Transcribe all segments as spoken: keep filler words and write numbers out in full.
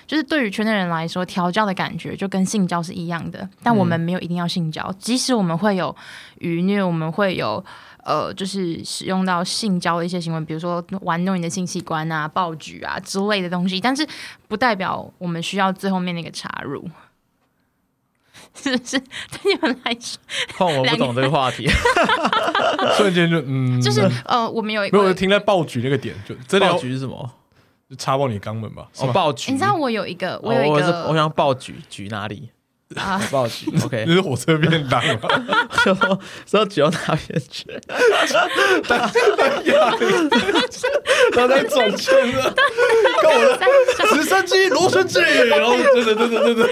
就是对于圈内人来说，调教的感觉就跟性交是一样的，但我们没有一定要性交，嗯、即使我们会有愉虐，我们会有呃，就是使用到性交的一些行为，比如说玩弄你的性器官啊、暴举啊之类的东西，但是不代表我们需要最后面那个插入。是不是对你们来说？ 换我不懂这个话题， 瞬间就嗯， 就是呃，我们有一个，没有停在暴举那个点，就真的暴举是什么？ 就插爆你肛门吧？ 哦，暴举。 你知道我有一个，我有一个， 哦、我, 我想暴举，举哪里？啊，暴举 ，OK， 这是火车便当吗？ 说说举到哪边去？ 在压力，他在转圈了，跟我的直升机螺旋桨，然后真的真的真的，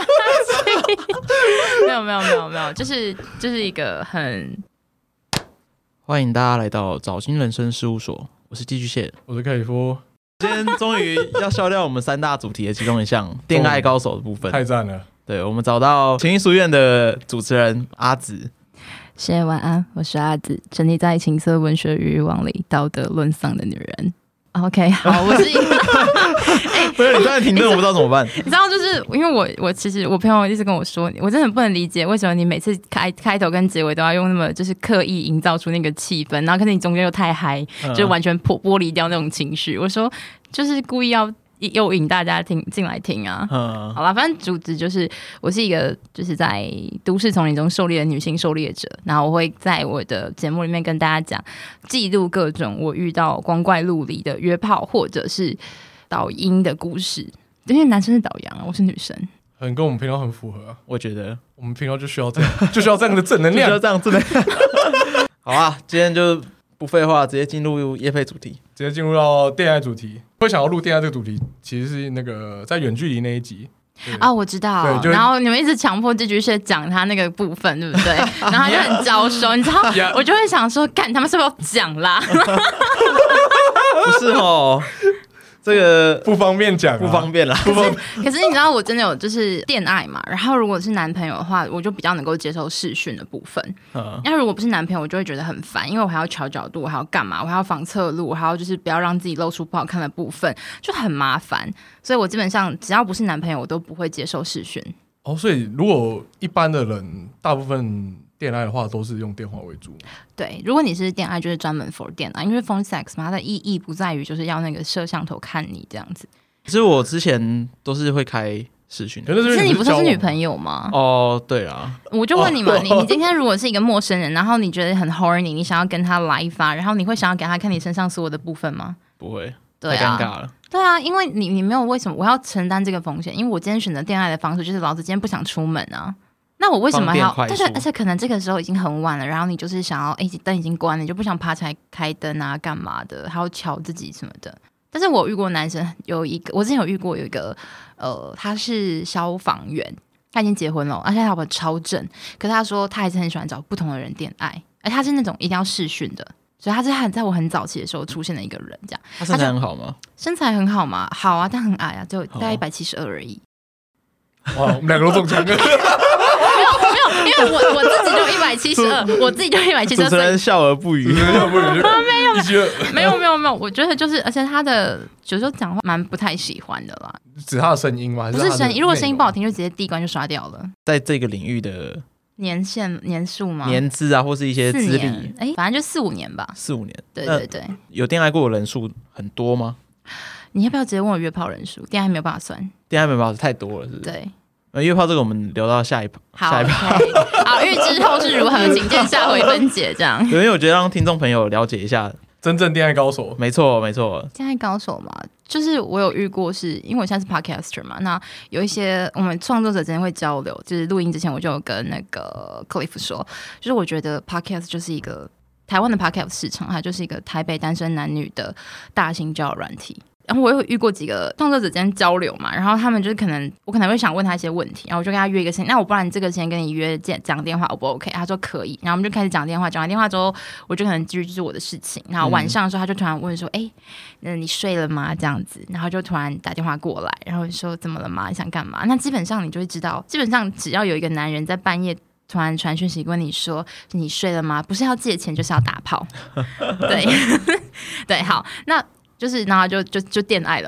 没有没有没有没有，就是就是一个很欢迎大家来到早金人生事务所，我是寄居蟹， 我是凯里夫。 今天终于要笑掉我们三大主题的其中一项，恋爱高手的部分， 太赞了。 对，我们找到情谊书院的主持人阿紫。 谢谢晚安，我是阿紫，沉溺在情色文学欲望里，道德沦丧的女人。OK， 好，我是一个， 哎，不是你刚才停顿，我不知道怎么办。 你知道，就是因为我我其实我朋友一直跟我说，我真的不能理解为什么你每次开开头跟结尾都要用那么就是刻意营造出那个气氛，然后可是你中间又太嗨，就完全剥剥离掉那种情绪。我说就是故意要诱引大家听进来听啊。嗯，好啦，反正主旨就是我是一个就是在都市丛林中狩猎的女性狩猎者，然后我会在我的节目里面跟大家讲记录各种我遇到光怪陆离的约炮或者是导音的故事。因为男生是导阳啊，我是女生， 很跟我们频道很符合啊。 我觉得我们频道就需要这样，就需要这样的正能量， 就需要这样正能量。好啊，今天就不废话，直接进入业配主题， 直接进入到恋爱主题。会想要录恋爱这个主题，其实是那个在远距离那一集啊、哦，我知道。然后你们一直强迫寄居蟹讲他那个部分，对不对？然后他就很招收，你知道， yeah. 我就会想说，干他们是不是要讲啦？ 不是哦。这个不方便讲、啊， 不方便啦。 可是，可是你知道，我真的有就是恋爱嘛，然后如果是男朋友的话，我就比较能够接受视讯的部分。嗯，那如果不是男朋友，我就会觉得很烦，因为我还要调角度，我还要干嘛？我还要防侧录，我还要就是不要让自己露出不好看的部分，就很麻烦。所以我基本上只要不是男朋友，我都不会接受视讯。 哦，所以如果一般的人，大部分恋爱的话都是用电话为主。 对，如果你是恋爱，就是专门 for 恋爱，因为 phone sex 嘛，它的意义不在于就是要那个摄像头看你这样子。 其实我之前都是会开视讯的， 可是你不是是女朋友吗？ 哦，对啊， 我就问你嘛，哦、你你今天如果是一个陌生人，然后你觉得很 horny， 你想要跟他来一发，然后你会想要给他看你身上所有的部分吗？ 不会， 对啊， 太尴尬了。 对啊，因为你你没有为什么我要承担这个风险？因为我今天选择恋爱的方式就是老子今天不想出门啊。那我为什么要？但是而且可能这个时候已经很晚了，然后你就是想要，哎、欸，灯已经关了，你就不想爬起来开灯啊，干嘛的？还要瞧自己什么的。但是我遇过男生有一个，我之前有遇过有一个，呃，他是消防员，他已经结婚了，而且他老婆超正，可是他说他还是很喜欢找不同的人恋爱，而他是那种一定要视讯的。所以他是很在我很早期的时候出现的一个人，这样。 他身材很好吗？ 身材很好嘛，好啊，但很矮啊，就大概一百七十二而已。 哇，我们两个都中枪了。 没有，因为我我自己就一百七十二，我自己就一百七十二。 主持人笑而不语， 笑而不语。 没有，没有，没有，没有。我觉得就是，而且他的有时候讲话蛮不太喜欢的啦。 只是他的声音吗？ 不是声音，如果声音不好听，就直接第一关就刷掉了。 在这个领域的年限、年数吗？ 年资啊，或是一些资历， 哎，反正就四五年吧。 四五年， 对对对。 有恋爱过的人数很多吗？ 你要不要直接问我约炮人数？恋爱没有办法算， 恋爱没有办法太多了，是不是？ 对。 约炮这个我们留到下一好下一趴。 Okay. 好，预知后事如何，请见下回分解。这样， 对，因为我觉得让听众朋友了解一下真正恋爱高手。 没错，没错， 恋爱高手嘛，就是我有遇过是，因为我现在是 podcaster 嘛，那有一些我们创作者之间会交流，就是录音之前我就有跟那个 Cliff 说，就是我觉得 podcast 就是一个台湾的 podcast 市场，它就是一个台北单身男女的大型交友软体。然后我有遇过几个创作者之间交流嘛，然后他们就是可能我可能会想问他一些问题，然后我就跟他约一个时间，那我不然这个时间跟你约讲电话 O 不 OK？ 他说可以，然后我们就开始讲电话，讲完电话之后我就可能继续就是我的事情，然后晚上的时候他就突然问说，哎、嗯，你睡了吗？这样子，然后就突然打电话过来，然后说怎么了吗？你想干嘛？那基本上你就会知道，基本上只要有一个男人在半夜突然传讯息问你说你睡了吗？不是要借钱就是要打炮。对对，好，那就是然后就就就恋爱了嘛，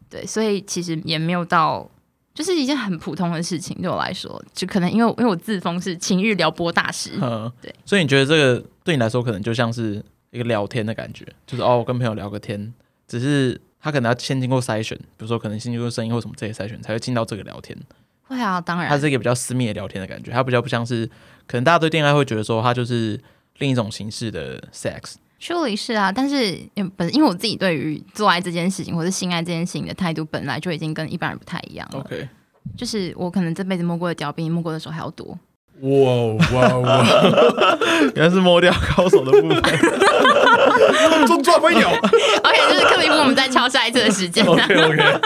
对，所以其实也没有到。就是一件很普通的事情，对我来说，就可能因为因为我自封是情欲撩拨大师，对， 所以你觉得这个对你来说可能就像是一个聊天的感觉，就是哦，我跟朋友聊个天，只是他可能要先经过筛选，比如说可能先经过声音或什么这些筛选，才会进到这个聊天。 会啊，当然， 它是一个比较私密的聊天的感觉，它比较不像是可能大家对恋爱会觉得说它就是另一种形式的 sex。 surely 是啊，但是本因为我自己对于做爱这件事情或是性爱这件事情的态度本来就已经跟一般人不太一样了。 OK， 就是我可能这辈子摸过的屌比你摸过的手还要多。 哇哇哇！ 原来是摸掉高手的部分， 中抓飞鸟。 OK， 就是克里夫，我们再敲下一次的时间。 OK OK。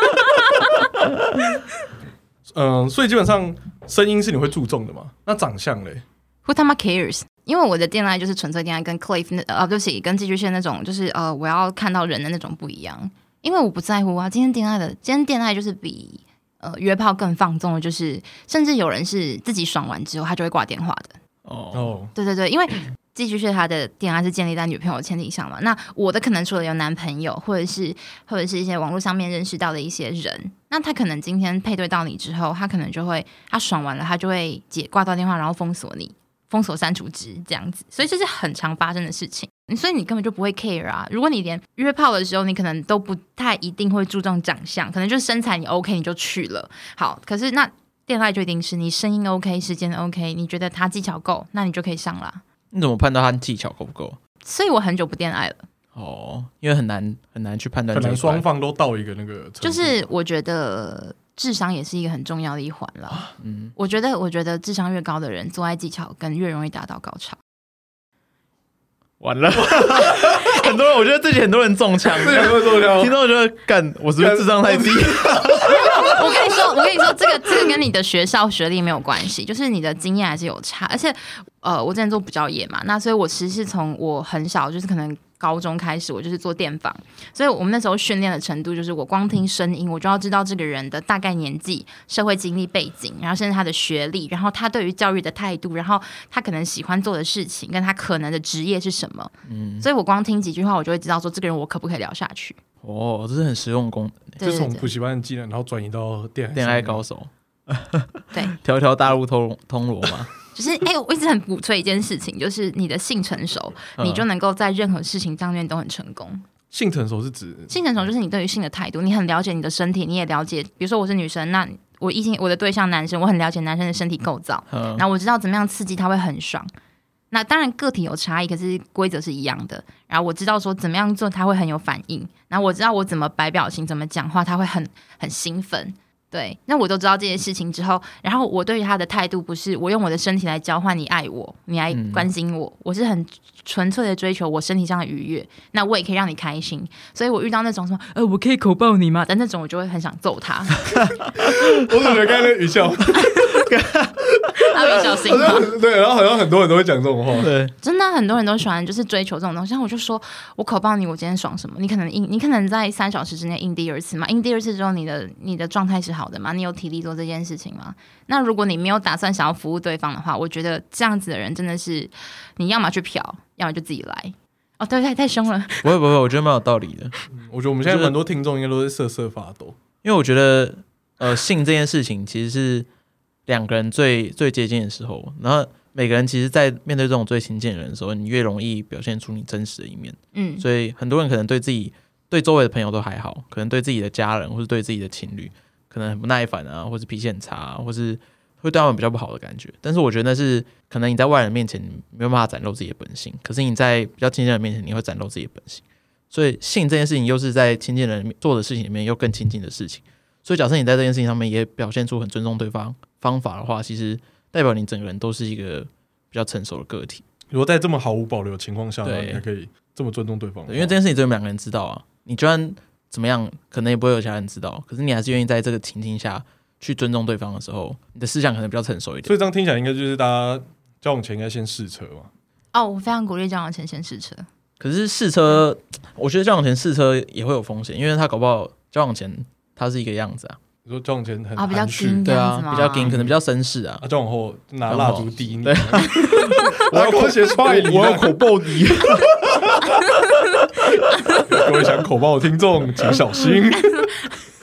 嗯，所以基本上声音是你会注重的嘛？那长相嘞 ？Who 他妈 cares？因为我的恋爱就是纯粹恋爱，跟 Cliff 那呃，对不起，跟寄居蟹那种，就是呃，我要看到人的那种不一样。因为我不在乎啊，今天恋爱的，今天恋爱就是比呃约炮更放纵的，就是甚至有人是自己爽完之后，他就会挂电话的。 哦， oh. 对对对，因为寄居蟹他的恋爱是建立在女朋友的前提上嘛。那我的可能除了有男朋友，或者是或者是一些网络上面认识到的一些人，那他可能今天配对到你之后，他可能就会他爽完了，他就会解挂到电话，然后封锁你。封锁删除值这样子，所以这是很常发生的事情，所以你根本就不会 care 啊。如果你连约炮的时候，你可能都不太一定会注重长相，可能就是身材你 OK 你就去了。好，可是那恋爱就一定是你声音 OK， 时间 OK， 你觉得他技巧够，那你就可以上啦。 你怎么判断他技巧够不够？ 所以我很久不恋爱了。 哦，因为很难很难去判断， 可能双方都到一个那个程度。 就是我觉得智商也是一个很重要的一环啦。嗯，我觉得，我觉得智商越高的人，做爱技巧更越容易达到高潮。 完了，很多人，我觉得自己很多人中枪， 很多人中枪， 听到我觉得干，我是不是智商太低？ 我跟你说，我跟你说，这个这个跟你的学校学历没有关系，就是你的经验还是有差。而且，呃，我之前做补教业嘛，那所以我其实是从我很小，就是可能高中开始，我就是做电访，所以我们那时候训练的程度，就是我光听声音，我就要知道这个人的大概年纪、社会经历背景，然后甚至他的学历，然后他对于教育的态度，然后他可能喜欢做的事情，跟他可能的职业是什么。嗯，所以我光听几句话，我就会知道说这个人我可不可以聊下去。 哦，这是很实用功能， 就是从补习班的技能，然后转移到恋恋爱高手。 对， 条条大路通通罗嘛。 就是哎、欸，我一直很鼓吹一件事情，就是你的性成熟，嗯、你就能够在任何事情上面都很成功。 性成熟是指性成熟就是你对于性的态度，你很了解你的身体，你也了解，比如说我是女生，那我异性我的对象男生，我很了解男生的身体构造，嗯、然后我知道怎么样刺激他会很爽。那当然个体有差异，可是规则是一样的。然后我知道说怎么样做他会很有反应，然后我知道我怎么摆表情，怎么讲话他会很很兴奋。对，那我都知道这些事情之后，然后我对于他的态度不是我用我的身体来交换你爱我，你来关心我，嗯、我是很纯粹的追求我身体上的愉悦，那我也可以让你开心。所以我遇到那种什么呃，我可以口爆你吗？但那种我就会很想揍他。 我怎么觉得刚才那语笑？ 他会小心吗？ 对，然后好像很多人都会讲这种话。 对， 真的很多人都喜欢就是追求这种东西。然后我就说，我口爆你，我今天爽什么？你可能硬，你可能在三小时之内硬第二次嘛？硬第二次之后，你的你的状态是好的吗？你有体力做这件事情吗？那如果你没有打算想要服务对方的话，我觉得这样子的人真的是，你要么去嫖，要么就自己来。哦，对对，太凶了。 不会不会，我觉得蛮有道理的。 嗯、我觉得我们现在很多听众应该都是瑟瑟发抖， 因为我觉得呃，性这件事情其实是两个人最最接近的时候，然后每个人其实，在面对这种最亲近的人的时候，你越容易表现出你真实的一面。嗯，所以很多人可能对自己、对周围的朋友都还好，可能对自己的家人或是对自己的情侣，可能很不耐烦啊，或是脾气很差、啊，或是会对他们比较不好的感觉。但是我觉得那是可能你在外人面前没有办法展露自己的本性，可是你在比较亲近的人面前，你会展露自己的本性。所以性这件事情又是在亲近的人做的事情里面又更亲近的事情。所以假设你在这件事情上面也表现出很尊重对方方法的话，其实代表你整个人都是一个比较成熟的个体。 如果在这么毫无保留的情况下，你还可以这么尊重对方， 对，因为这件事情只有两个人知道啊。你就算怎么样，可能也不会有其他人知道，可是你还是愿意在这个情境下去尊重对方的时候，你的思想可能比较成熟一点。 所以这样听起来，应该就是大家交往前应该先试车嘛。 哦，我非常鼓励交往前先试车。 可是试车，我觉得交往前试车也会有风险，因为他搞不好交往前他是一个样子啊。 你说交往前很啊、哦、比较硬， 对啊，比较硬，可能比较绅士啊。 啊，交往后拿蜡烛滴你， 对， 我要口写踹你，我要口爆你。各位想口爆的听众，请小心。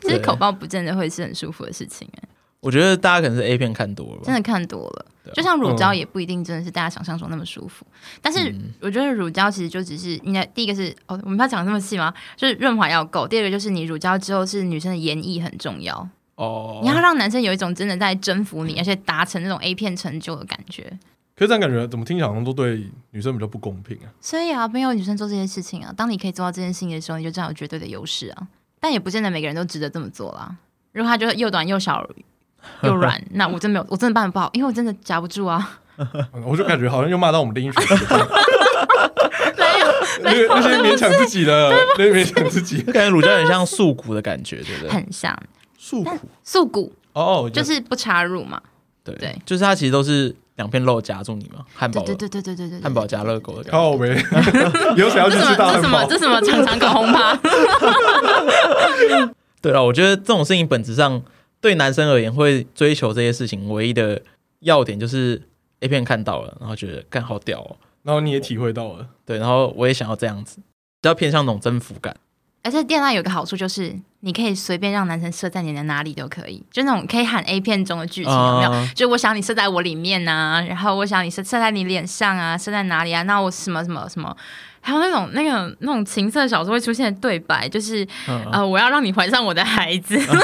其实口爆不见得会是很舒服的事情哎。 我觉得大家可能是 A 片看多了吧， 真的看多了，就像乳胶也不一定真的是大家想象中那么舒服。但是我觉得乳胶其实就只是，应该第一个是哦，我们要讲这么细吗？就是润滑要够，第二个就是你乳胶之后是女生的颜艺很重要哦，你要让男生有一种真的在征服你，而且达成那种 A 片成就的感觉。 可是这样感觉怎么听起来好像都对女生比较不公平啊？ 所以啊，没有女生做这些事情啊，当你可以做到这件事情的时候，你就占有绝对的优势啊。但也不见得每个人都值得这么做啦。如果他就又短又小又软，那我真没有，我真的办得不好，因为我真的夹不住啊。 我就感觉好像又骂到我们另一群人。没有，那些勉强自己的，那些勉强自己， 感觉乳胶很像素骨的感觉，对不对？ 很像素骨， 素骨哦， 就是不插入嘛。 对对， 就是它其实都是两片肉夹住你嘛，汉堡， 对对对对对对， 汉堡夹热狗的感觉。 靠北，有谁要去吃大汉堡？ 这什么？这什么常常搞轰趴？ 对了，我觉得这种事情本质上对男生而言，会追求这些事情唯一的要点就是 A 片看到了，然后觉得干好屌哦， 然后你也体会到了， 对，然后我也想要这样子，比较偏向那种征服感。 而且恋爱有个好处就是，你可以随便让男生射在你的哪里都可以，就那种可以喊 A 片中的剧情，有没有？uh, 就我想你射在我里面啊，然后我想你射射在你脸上啊，射在哪里啊？那我什么什么什么，还有那种那个那种情色小说会出现的对白，就是、uh. 呃，我要让你怀上我的孩子。你知道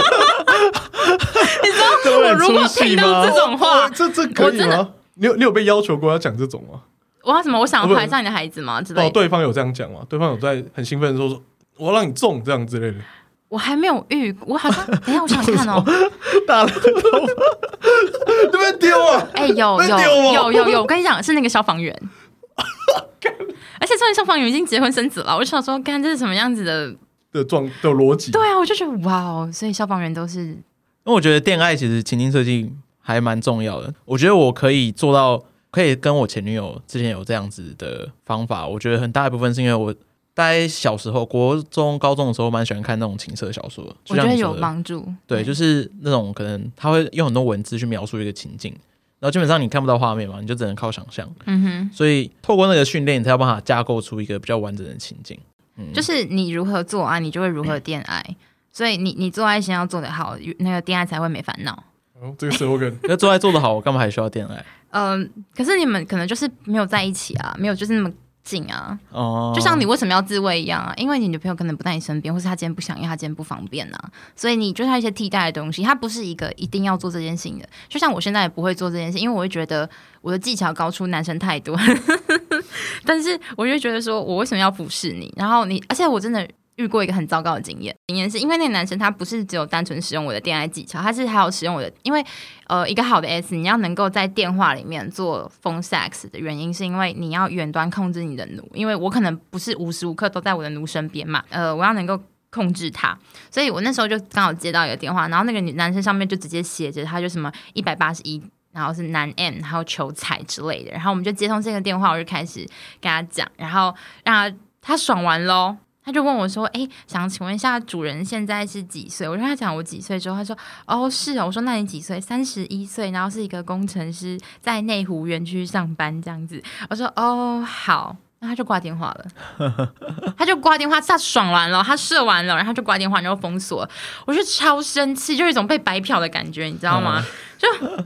我如果听到这种话， 哦、这这可以吗？你有你有被要求过要讲这种吗？ 我要什么？我想怀上你的孩子吗？之类的。 哦，对方有这样讲吗？对方有在很兴奋的说说。我要让你中这样之类的， 我还没有遇，我好像等一下我想想看哦， 打了个头， 对不对丢啊？ 哎、欸，有有有有有，我跟你讲是那个消防员，而且这位消防员已经结婚生子了，我就想说，看这是什么样子的的状的逻辑？ 对啊，我就觉得哇哦，所以消防员都是，因为我觉得恋爱其实情境设计还蛮重要的，我觉得我可以做到，可以跟我前女友之前有这样子的方法，我觉得很大一部分是因为我。大概小时候国中高中的时候蛮喜欢看那种情色小说， 我觉得有帮助。 对，就是那种可能他会用很多文字去描述一个情境，然后基本上你看不到画面嘛，你就只能靠想象。嗯哼，所以透过那个训练你才有办法架构出一个比较完整的情境。嗯， 就是你如何做爱你就会如何恋爱、嗯、所以你你做爱先要做得好，那个恋爱才会没烦恼。 哦，这个时候跟那做爱做得好我干嘛还需要恋爱？ 嗯、呃，可是你们可能就是没有在一起啊，没有就是那么近啊，哦，就像你为什么要自慰一样啊？因为你女朋友可能不在你身边，或是她今天不想要，她今天不方便啊，所以你就是她一些替代的东西，它不是一个一定要做这件事情的。就像我现在也不会做这件事，因为我会觉得我的技巧高出男生太多，但是我就觉得说我为什么要服侍你？然后你，而且我真的遇过一个很糟糕的经验，经验是因为那个男生他不是只有单纯使用我的恋爱技巧，他是还有使用我的，因为呃一个好的 S 你要能够在电话里面做 phone sex 的原因是因为你要远端控制你的奴，因为我可能不是无时无刻都在我的奴身边嘛，呃我要能够控制他，所以我那时候就刚好接到一个电话，然后那个男生上面就直接写着他就什么一百八十一。然后是男 M 还有求财之类的，然后我们就接通这个电话，我就开始跟他讲，然后让他他爽完咯，他就问我说：“哎，想请问一下主人现在是几岁？”我就跟他讲我几岁之后，他说：“哦，是哦。”我说：“那你几岁？”三十一岁，然后是一个工程师，在内湖园区上班这样子。我说：“哦，好。”那他就挂电话了，他就挂电话，他爽完了，他射完了，然后他就挂电话，然后封锁了。我就超生气，就有一种被白嫖的感觉，你知道吗？就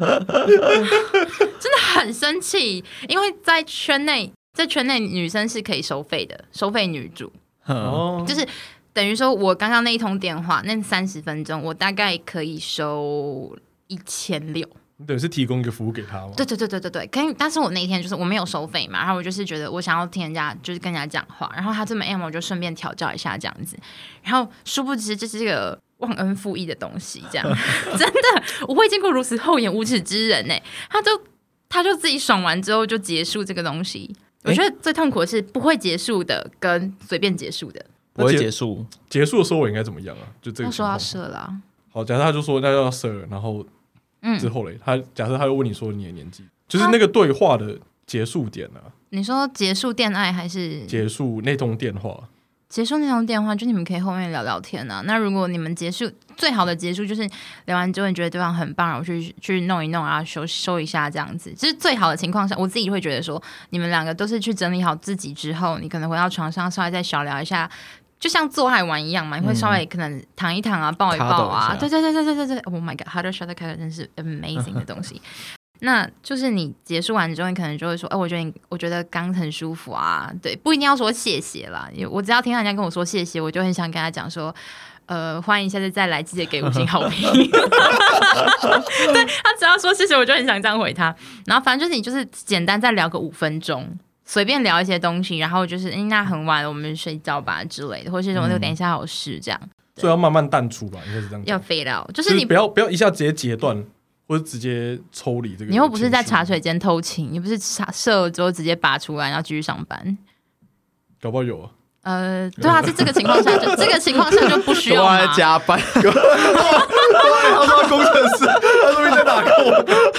真的很生气，因为在圈内，在圈内女生是可以收费的，收费女主，哦，就是等于说我刚刚那一通电话，那三十分钟，我大概可以收一千六。 你等于是提供一个服务给他吗？ 对对对对对对，可但是我那一天就是我没有收费嘛，然后我就是觉得我想要听人家就是跟人家讲话，然后他这么 M 我就顺便调教一下这样子，然后殊不知这是个忘恩负义的东西，这样真的我会见过如此厚颜无耻之人呢、欸，他就他就自己爽完之后就结束这个东西，我觉得最痛苦的是不会结束的跟随便结束的。 不会结束， 结束的时候我应该怎么样啊？就这个要说要射啦。 好，假设他就说那要射，然后。嗯、之后嘞，他假设他又问你说你的年纪，就是那个对话的结束点啊。 你说结束恋爱还是结束那通电话？ 结束那通电话，就你们可以后面聊聊天啊。那如果你们结束，最好的结束就是聊完之后你觉得对方很棒，然后去去弄一弄，然后收收一下这样子。其实最好的情况下，我自己会觉得说，你们两个都是去整理好自己之后，你可能回到床上稍微再小聊一下。 就像做爱玩一样嘛，你会稍微可能躺一躺啊，抱一抱啊，对对对对对对对 ，Oh my God，Harder Shot 开真是 amazing 的东西。那就是你结束完之后，你可能就会说，哎、欸，我觉得你，我觉得刚很舒服啊，对，不一定要说谢谢啦，我只要听到人家跟我说谢谢，我就很想跟他讲说，呃，欢迎下次再来，记得给五星好评。对，他只要说谢谢，我就很想这样回他。然后反正就是你就是简单再聊个五分钟，随便聊一些东西，然后就是，哎、欸，那很晚了，我们睡觉吧之类的，或是什么，就等一下有事这样。 所以要慢慢淡出吧，应该是这样。 要 fade out， 就是你、 就是、不要不要一下直接截断。或者直接抽离这个， 你又不是在茶水间偷情，你不是茶射了之后直接拔出来，然后继续上班， 搞不好有啊。 呃，对啊，在这个情况下，就这个情况下就不需要嘛。 在加班， 他说工程师，他说你在打扣，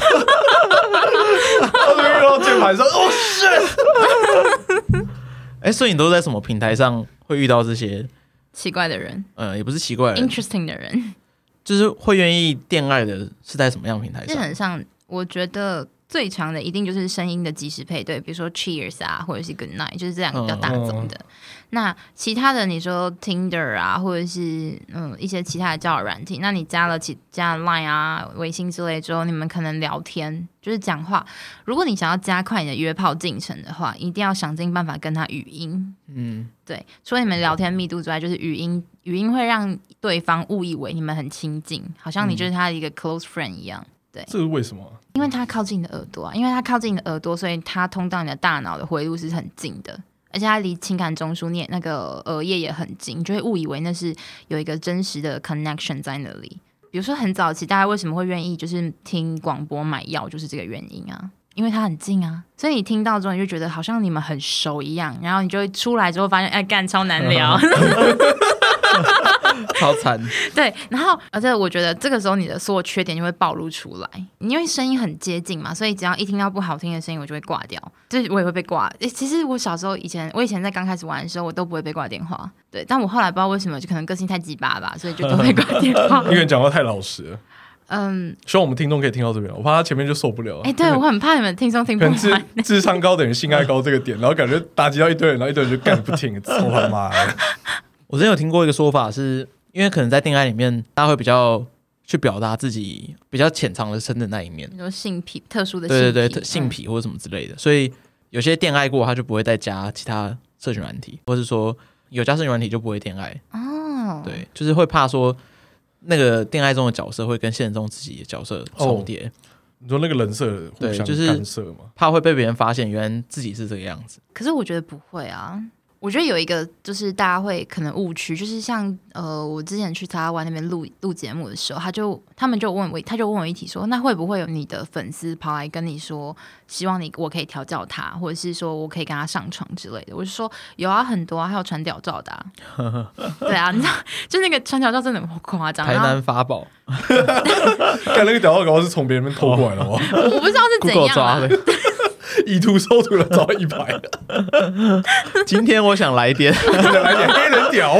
他说遇到键盘上，哦 shit。 哎，所以你都在什么平台上会遇到这些奇怪的人？ 呃，也不是奇怪的人 ，interesting 的人。 就是会愿意恋爱的是在什么样的平台上？ 基本上，我觉得最强的一定就是声音的即时配对，比如说 Cheers 啊，或者是 Good Night， 就是这两个比较大众的。嗯、那其他的，你说 Tinder 啊，或者是嗯一些其他的交友软体，那你加了其加了 Line 啊、微信之类之后，你们可能聊天，就是讲话。如果你想要加快你的约炮进程的话，一定要想尽办法跟他语音。嗯，对，除了你们聊天密度之外，就是语音，语音会让对方误以为你们很亲近，好像你就是他的一个 close friend 一样。对， 这是为什么、啊？ 因为他靠近你的耳朵啊，因为他靠近你的耳朵，所以他通到你的大脑的回路是很近的，而且他离情感中枢那个耳叶也很近，你就会误以为那是有一个真实的 connection 在那里。比如说很早期，大家为什么会愿意就是听广播买药，就是这个原因啊。因为它很近啊，所以你听到之后你就觉得好像你们很熟一样，然后你就会出来之后发现，哎，干超难聊， 超惨。 对，然后而且我觉得这个时候你的所有缺点就会暴露出来，因为声音很接近嘛，所以只要一听到不好听的声音，我就会挂掉，就是我也会被挂。其实我小时候以前，我以前在刚开始玩的时候，我都不会被挂电话，对，但我后来不知道为什么，就可能个性太鸡巴吧，所以就都会挂电话。 因为讲话太老实了。 嗯， 希望我们听众可以听到这边，我怕他前面就受不了了。 哎、欸，对，我很怕你们听众听不完。 智智商高的人性爱高这个点，然后感觉打击到一堆人，然后一堆人就干不听，操他妈的！ 我之前有听过一个说法是，因为可能在恋爱里面，大家会比较去表达自己比较潜藏的深的那一面， 你说性癖，特殊的性癖， 对对对，性癖或者什么之类的，嗯、所以有些恋爱过，他就不会再加其他社群软体，或是说有加社群软体就不会恋爱。哦，对，就是会怕说。那个恋爱中的角色会跟现实中自己的角色重叠、哦， 你说那个人设互相干涉吗？ 就是、怕会被别人发现，原来自己是这个样子。 可是我觉得不会啊，我觉得有一个就是大家会可能误区，就是像呃，我之前去台湾那边录录节目的时候，他就他们就问我，他就问我一题说，那会不会有你的粉丝跑来跟你说，希望你我可以调教他，或者是说我可以跟他上床之类的？我就说有啊，很多啊，还有传屌照的、啊。对啊，你知道，就那个传屌照真的很夸张。 台南法宝， 看那个屌照，搞不好是从别人那边偷过来的吗？ 我不知道是怎样、啊。 以图搜图的找一排。 今天我想来点， 想来点黑人屌。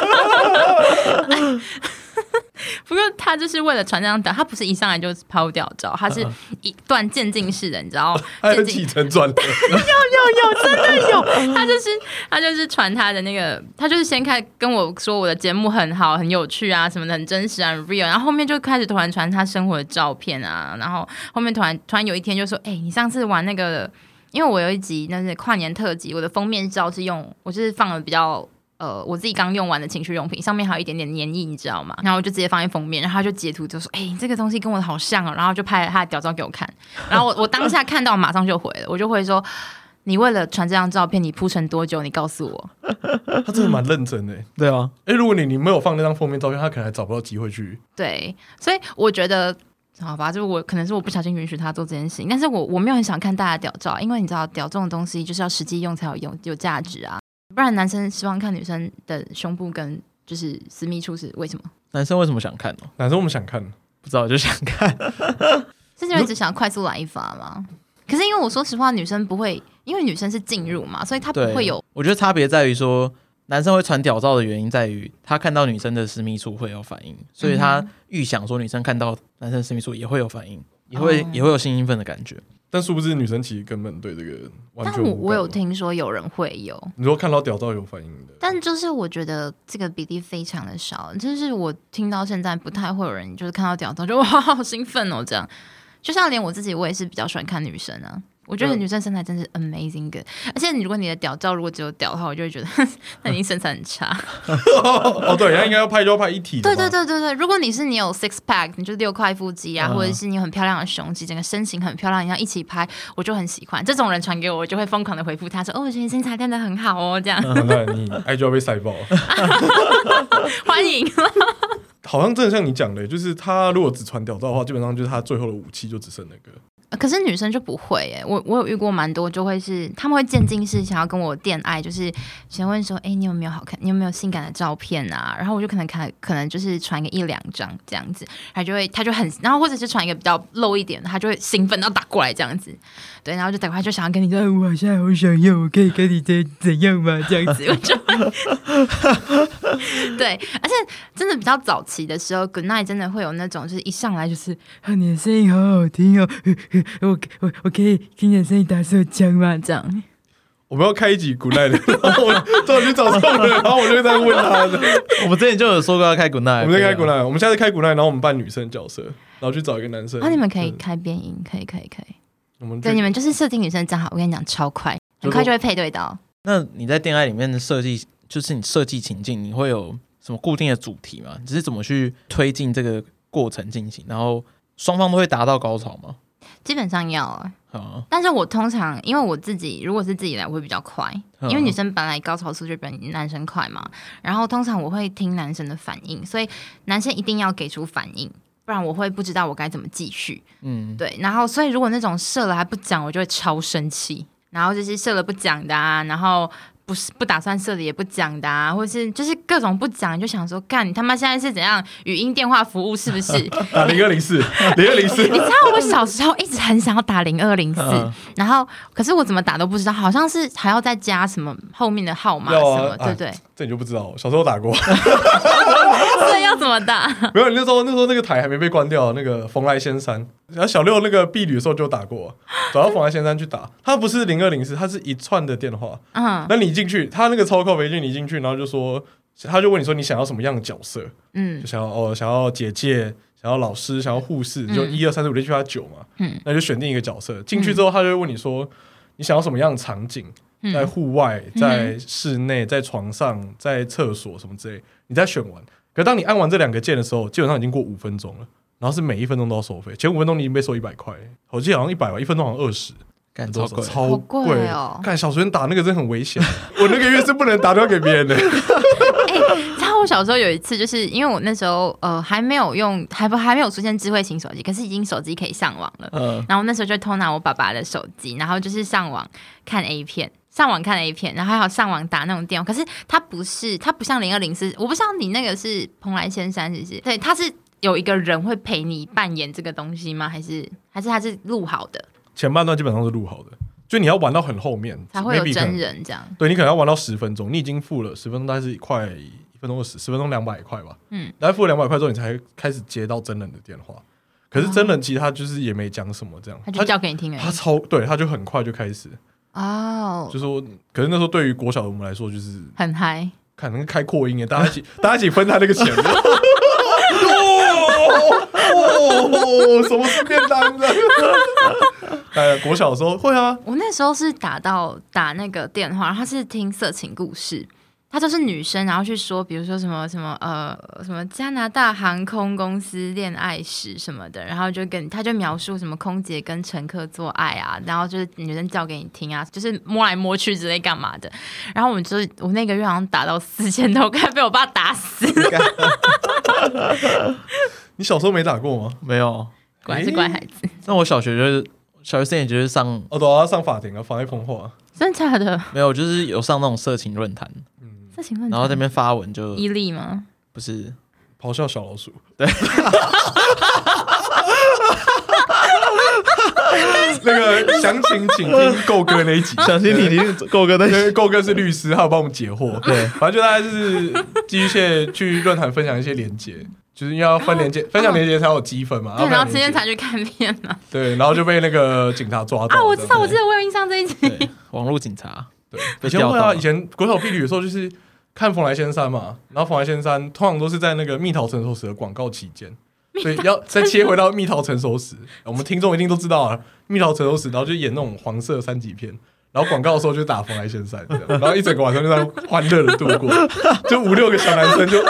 不过他就是为了传这张屌，他不是一上来就抛屌照，他是一段渐进式的，你知道？ 他是起承转合。 有有有，真的有。他就是他就是传他的那个，他就是先开跟我说我的节目很好，很有趣啊，什么的，很真实啊，很 real。然后后面就开始突然传他生活的照片啊，然后后面突然突然有一天就说，哎、欸，你上次玩那个，因为我有一集那是跨年特辑，我的封面照是用我就是放了比较。呃，我自己刚用完的情趣用品，上面还有一点点粘液，你知道吗？然后我就直接放在封面，然后他就截图就说：“哎、欸，这个东西跟我的好像哦。”然后就拍了他的屌照给我看。然后我我当下看到，马上就回了，我就会说：“你为了传这张照片，你铺陈多久？你告诉我。” 他真的蛮认真的。 对啊， 哎、欸，如果你你没有放那张封面照片，他可能还找不到机会去。 对，所以我觉得。好吧，就是我可能是我不小心允许他做这件事情，但是我我没有很想看大家的屌照，因为你知道屌这种东西就是要实际用才有用有价值啊，不然男生希望看女生的胸部跟就是私密处是为什么？ 男生为什么想看呢、哦？ 男生我们想看， 不知道就想看， 是因为只想快速来一发吗？可是因为我说实话，女生不会，因为女生是进入嘛，所以她不会有。 我觉得差别在于说。男生会传屌照的原因在于，他看到女生的私密处会有反应，所以他预想说女生看到男生的私密处也会有反应。 也会、哦、也会有性兴奋的感觉。 但殊不知女生其实根本对这个完全无感。 但我我有听说有人会有， 你说看到屌照有反应的， 但就是我觉得这个比例非常的少，就是我听到现在不太会有人就是看到屌照就哇好兴奋哦这样，就像连我自己我也是比较喜欢看女生啊。我觉得女生身材真是 amazing good， 而且你如果你的屌照如果只有屌的话，我就会觉得那你身材很差。 哦，对，人家应该要拍就要拍一体的。 对对对对对，如果你是你有 six pack， 你就六块腹肌啊，嗯、或者是你有很漂亮的胸肌，整个身形很漂亮，你要一起拍，我就很喜欢。这种人传给我，我就会疯狂的回复他说：“哦，我觉得你身材练得很好哦。”这样。 嗯、那你 I G 要被塞爆。 欢迎。 好像真的像你讲的，就是他如果只传屌照的话，基本上就是他最后的武器就只剩那个。 可是女生就不会耶，我我有遇过蛮多，就会是他们会渐进式想要跟我恋爱，就是想问说，哎、欸，你有没有好看，你有没有性感的照片啊？然后我就可能看，可能就是传个一两张这样子，他就会他就很，然后或者是传一个比较露一点，他就会兴奋，然后打过来这样子，对，然后就打过来就想要跟你说，我现在好想要，我可以跟你怎怎样吗？这样子，我就对，而且真的比较早期的时候 ，Good Night 真的会有那种，就是一上来就是啊，你的声音好好听哦。我我我可以听见声音打手枪吗？这样， 我们要开一集 Good Night 的，然后我正好去找这种人，然后我就在问他的。 我们之前就有说过要开 Good Night， 我们在开 Good Night， 我们下次开 Good Night， 然后我们扮女生角色，然后去找一个男生。 啊，你们可以开变音，可以可以可以。我们对你们就是设定女生账号，我跟你讲超快，很快就会配对到。 那你在恋爱里面的设计，就是你设计情境，你会有什么固定的主题吗？只是怎么去推进这个过程进行，然后双方都会达到高潮吗？ 基本上要啊， 嗯、 但是我通常因为我自己如果是自己来我会比较快，嗯、因为女生本来高潮速就比男生快嘛，然后通常我会听男生的反应，所以男生一定要给出反应，不然我会不知道我该怎么继续。嗯，对，然后所以如果那种射了还不讲，我就会超生气，然后就是射了不讲的啊，然后不是不打算射的也不讲的啊，或是就是各种不讲，你就想说，干你他妈现在是怎样语音电话服务是不是？ 打零二零四，零二零四。 你知道我小时候一直很想要打零二零四，然后可是我怎么打都不知道，好像是还要再加什么后面的号码什么，啊、对不对？ 这你就不知道，小时候打过。 所以要怎么打？ 没有，那时候那时候那个台还没被关掉，那个蓬莱仙山，然后小六那个婢女的时候就打过，找到蓬莱仙山去打。他不是零二零四，他是一串的电话。嗯，那你进去，他那个超靠北，就你进去，然后就说，他就问你说你想要什么样的角色？嗯，就想要哦，想要姐姐，想要老师，想要护士，就一二三四五六七八九嘛。嗯，那就选定一个角色。进去之后，他就会问你说，你想要什么样的场景？在户外，在室内，在床上，在厕所什么之类，你再选完。可是当你按完这两个键的时候，基本上已经过五分钟了，然后是每一分钟都要收费，前五分钟你已经被收一百块，我记得好像一百吧，一分钟好像二十， 干超贵， 超贵哦！ 干小学生打那个真的很危险，我那个月是不能打电话给别人的。 哎、欸，你知道我小时候有一次，就是因为我那时候呃还没有用，还不还没有出现智慧型手机，可是已经手机可以上网了。嗯，然后那时候就偷拿我爸爸的手机，然后就是上网看 A 片。上网看 A 片，然后还有上网打那种电话，可是它不是，它不像零二零四，我不知道你那个是蓬莱仙山是不是？对，它是有一个人会陪你扮演这个东西吗？还是还是它是录好的？ 前半段基本上是录好的，就你要玩到很后面才会有真人这样。 对，你可能要玩到十分钟，你已经付了十分钟，大概是快一分钟二十，十分钟两百块吧。嗯，然后付了两百块之后，你才开始接到真人的电话。可是真人其实他就是也没讲什么，这样他就叫给你听而已。 他超对，他就很快就开始。哦、oh ，就说，可是那时候对于国小的我们来说，就是很嗨，看那个开扩音耶，大家一起，大家一起分他那个钱。哦哦，什么是便当的？哎，国小的时候会啊， 我那时候是打到打那个电话，他是听色情故事。她就是女生，然后去说，比如说什么什么呃什么加拿大航空公司恋爱史什么的，然后就跟她就描述什么空姐跟乘客做爱啊，然后就是女生叫给你听啊，就是摸来摸去之类干嘛的。然后我们就我那个月好像打到四千多块，被我爸打死。 你小时候没打过吗？ 没有， 果然是乖孩子。 那我小学就是小学三年级就是上哦，对啊，上法庭啊，妨碍风化。 真的假的？ 没有，就是有上那种色情论坛，嗯， 色情论坛， 然后在那边发文就伊利吗？ 不是， 咆哮小老鼠， 对， 那个详情请听够哥那一集， 详情请听够哥那一集， 够哥是律师，他有帮我们解惑，对，反正就大家就是继续去论坛分享一些连结。 就是因为要分连接、分享连接才有积分嘛。 对，然后今天才去看片嘛。 对，然后就被那个警察抓到。 啊，我知道，我记得我有印象这一集。 网络警察。 对，以前会啊，以前国小避旅的时候就是看蓬莱仙山嘛，然后蓬莱仙山通常都是在那个蜜桃成熟时的广告期间。所以要再切回到蜜桃成熟时，我们听众一定都知道啊，蜜桃成熟时，然后就演那种黄色三级片，然后广告的时候就打蓬莱仙山，然后一整个晚上就在欢乐的度过，就五六个小男生就，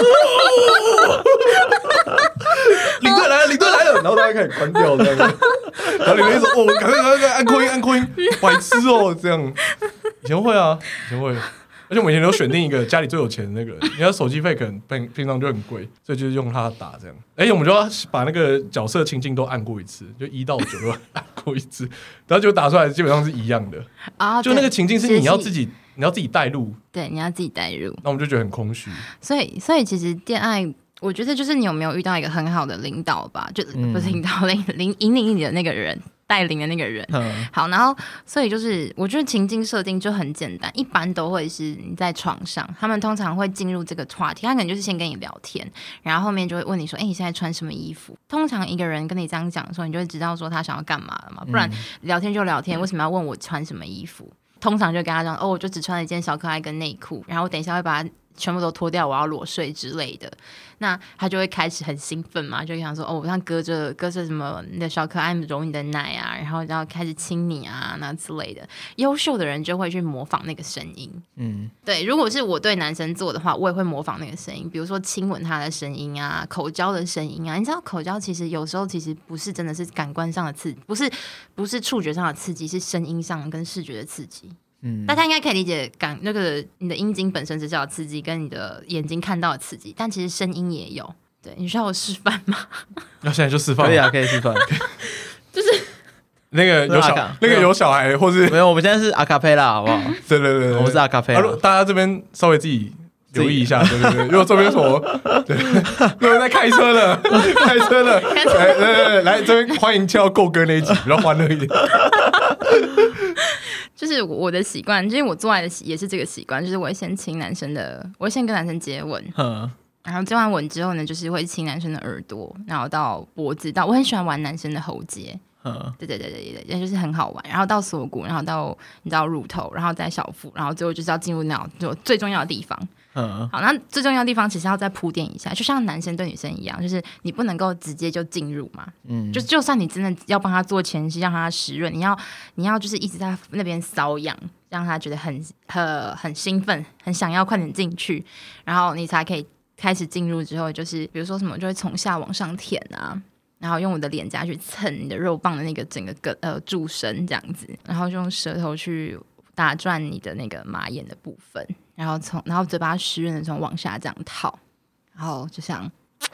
领队来了，领队来了，然后大家开始关掉这样，然后领队说：“哦，赶快赶快按扩音，按扩音，白痴哦！”这样，以前会啊，以前会。而且我们以前都选定一个家里最有钱的那个人，因为手机费可能平平常就很贵，所以就是用他打这样。而且我们就要把那个角色情境都按过一次，就一到九都按过一次，然后就打出来基本上是一样的。啊，就那个情境是你要自己你要自己带入， 对，你要自己带入， 那我们就觉得很空虚。所以，所以其实恋爱，我觉得就是你有没有遇到一个很好的领导吧，就、嗯、不是领导领领引领你的那个人。带领的那个人，嗯、好，然后所以就是我觉得情境设定就很简单，一般都会是你在床上，他们通常会进入这个话题，他可能就是先跟你聊天，然后后面就会问你说，哎、欸，你现在穿什么衣服？通常一个人跟你这样讲的时候，你就会知道说他想要干嘛了嘛，不然聊天就聊天，为什么要问我穿什么衣服？通常就跟他讲，哦，我就只穿了一件小可爱跟内裤，然后我等一下会把它全部都脱掉，我要裸睡之类的。那他就会开始很兴奋嘛，就想说哦，我像隔着隔着什么你的小可爱揉你的奶啊，然后然后开始亲你啊，那之类的。优秀的人就会去模仿那个声音，嗯，对。如果是我对男生做的话，我也会模仿那个声音，比如说亲吻他的声音啊，口交的声音啊。你知道口交其实有时候其实不是真的是感官上的刺激，不是不是触觉上的刺激，是声音上跟视觉的刺激。嗯，大家应该可以理解感那个你的阴茎本身只是要刺激，跟你的眼睛看到的刺激，但其实声音也有。对，你需要我示范吗？ 那现在就示范， 可以啊，可以示范。 就是那个有小那个有小孩，或是没有，我们现在是阿卡贝拉，好不好？ 对对 对, 對， 我们是阿卡贝拉。 大家这边稍微自己留意一下，对对对。如果这边什么，对，有人在开车了，开车了，来来来来，这边欢迎跳到够哥那一集，比较欢乐一点。 就是我的习惯，就是我做爱的也是这个习惯，就是我会先亲男生的，我会先跟男生接吻，然后接完吻之后呢，就是会亲男生的耳朵，然后到脖子，到我很喜欢玩男生的喉结，对对对对对，就是很好玩。然后到锁骨，然后到你知道乳头，然后再小腹，然后最后就是要进入脑就最重要的地方。好，那最重要的地方其实要再铺垫一下，就像男生对女生一样，就是你不能够直接就进入嘛，嗯，就就算你真的要帮他做前戏，让他湿润，你要你要就是一直在那边瘙痒，让他觉得很很很兴奋，很想要快点进去，然后你才可以开始进入。之后就是比如说什么，就会从下往上舔啊，然后用我的脸颊去蹭你的肉棒的那个整个个呃柱身这样子，然后就用舌头去打转你的那个马眼的部分。然后从，然后嘴巴湿润的时候往下这样套，然后就像，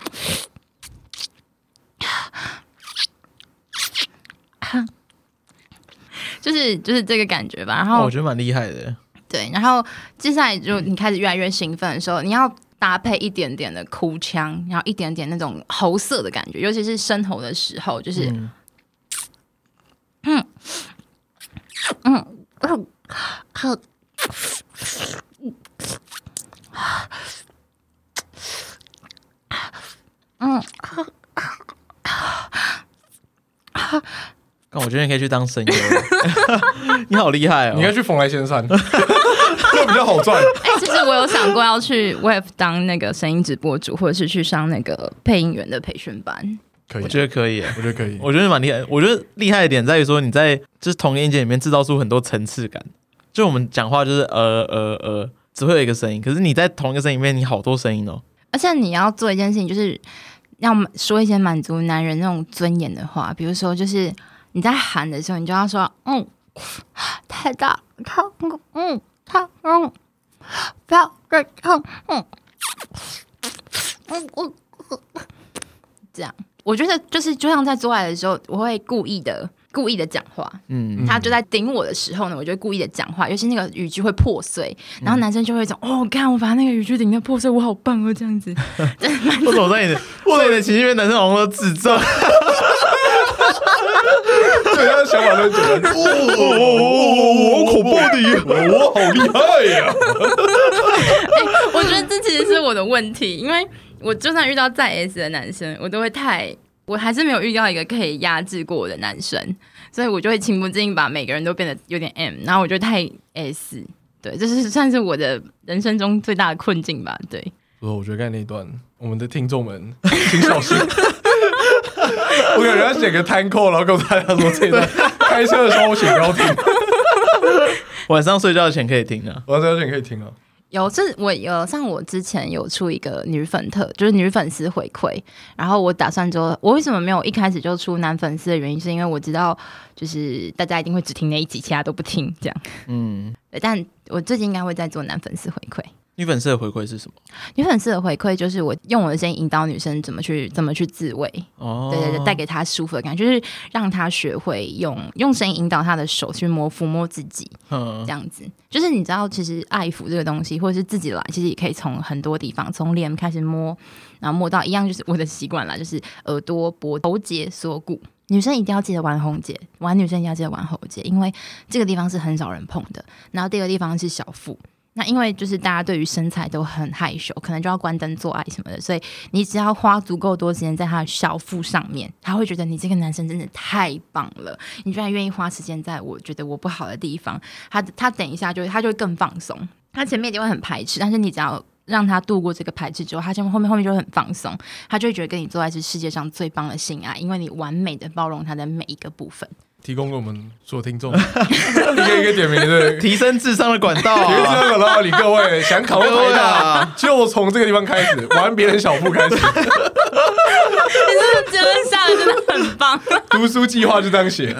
就是就是这个感觉吧。然后我觉得蛮厉害的。 对，然后接下來就你开始越来越兴奋的时候，你要搭配一点点的哭腔，然后一点点那种喉塞的感觉，尤其是深喉的时候，就是，嗯嗯嗯嗯嗯。嗯， 我觉得你可以去当声优，你好厉害哦！ 你应该去蓬莱仙山，这比较好赚。 哎、欸，其实我有想过要去 Web 当那个声音直播主，或者是去上那个配音员的培训班。 可以， 我觉得可以， 我觉得可以， 我觉得蛮厉害。我觉得厉害的点在于说，你在就是同一个音节里面制造出很多层次感。就我们讲话就是呃呃呃，只会有一个声音，可是你在同一个声音里面，你好多声音哦。 而且你要做一件事情，就是要说一些满足男人那种尊严的话，比如说，就是你在喊的时候，你就要说，嗯，太大，太嗯，太嗯，不要再唱，嗯，嗯嗯，这样，我觉得就是就像在做爱的时候，我会故意的。故意的讲话，嗯，他就在顶我的时候呢，我就会故意的讲话，尤其那个语句会破碎，然后男生就会讲、嗯、哦，看我把那个语句顶得破碎，我好棒哦，这样子。 为什么在你的在你的情绪里面，男生好像都智障？ 对，他的想法都觉得，哦哦哦，好恐怖的，我好厉害呀、啊！ 欸！我觉得这其实是我的问题，因为。 我就算遇到再 S 的男生，我都会太，我还是没有遇到一个可以压制过我的男生，所以我就会情不自禁把每个人都变得有点 M， 然后我就太 S， 对，这是算是我的人生中最大的困境吧，对。 我觉得刚才那一段，我们的听众们请小心。我感觉要写个 time code， 然后跟大家说这一段开车的时候请不要听。 晚上睡觉前可以听啊， 晚上睡觉前可以听啊。 有，这我有像我之前有出一个女粉特，就是女粉丝回馈，然后我打算说，我为什么没有一开始就出男粉丝的原因，是因为我知道就是大家一定会只听那一集，其他都不听这样。嗯，但我最近应该会再做男粉丝回馈。 女粉丝的回馈是什么？ 女粉丝的回馈就是我用我的声音引导女生怎么去怎么去自慰，哦，对对对，带给她舒服的感觉，就是让她学会用用声音引导她的手去摸抚摸自己，这样子。就是你知道，其实爱抚这个东西，或者是自己来，其实也可以从很多地方，从脸开始摸，然后摸到一样，就是我的习惯啦，就是耳朵、脖、喉结、锁骨。女生一定要记得玩喉结，玩女生一定要记得玩喉结，因为这个地方是很少人碰的。然后第二个地方是小腹。那因为就是大家对于身材都很害羞，可能就要关灯做爱什么的，所以你只要花足够多时间在他的小腹上面，他会觉得你这个男生真的太棒了，你居然愿意花时间在我觉得我不好的地方，他他等一下就他就会更放松，他前面一定会很排斥，但是你只要让他度过这个排斥之后，他后面后面就会很放松，他就会觉得跟你做爱是世界上最棒的性爱，因为你完美的包容他的每一个部分。 提供给我们所有听众一个一个点名，对， 提升智商的管道、啊， 提升智商的管道，你各位想考到台大，就从这个地方开始，玩别人小腹开始。你这个结论下的真的很棒， 读书计划就这样写。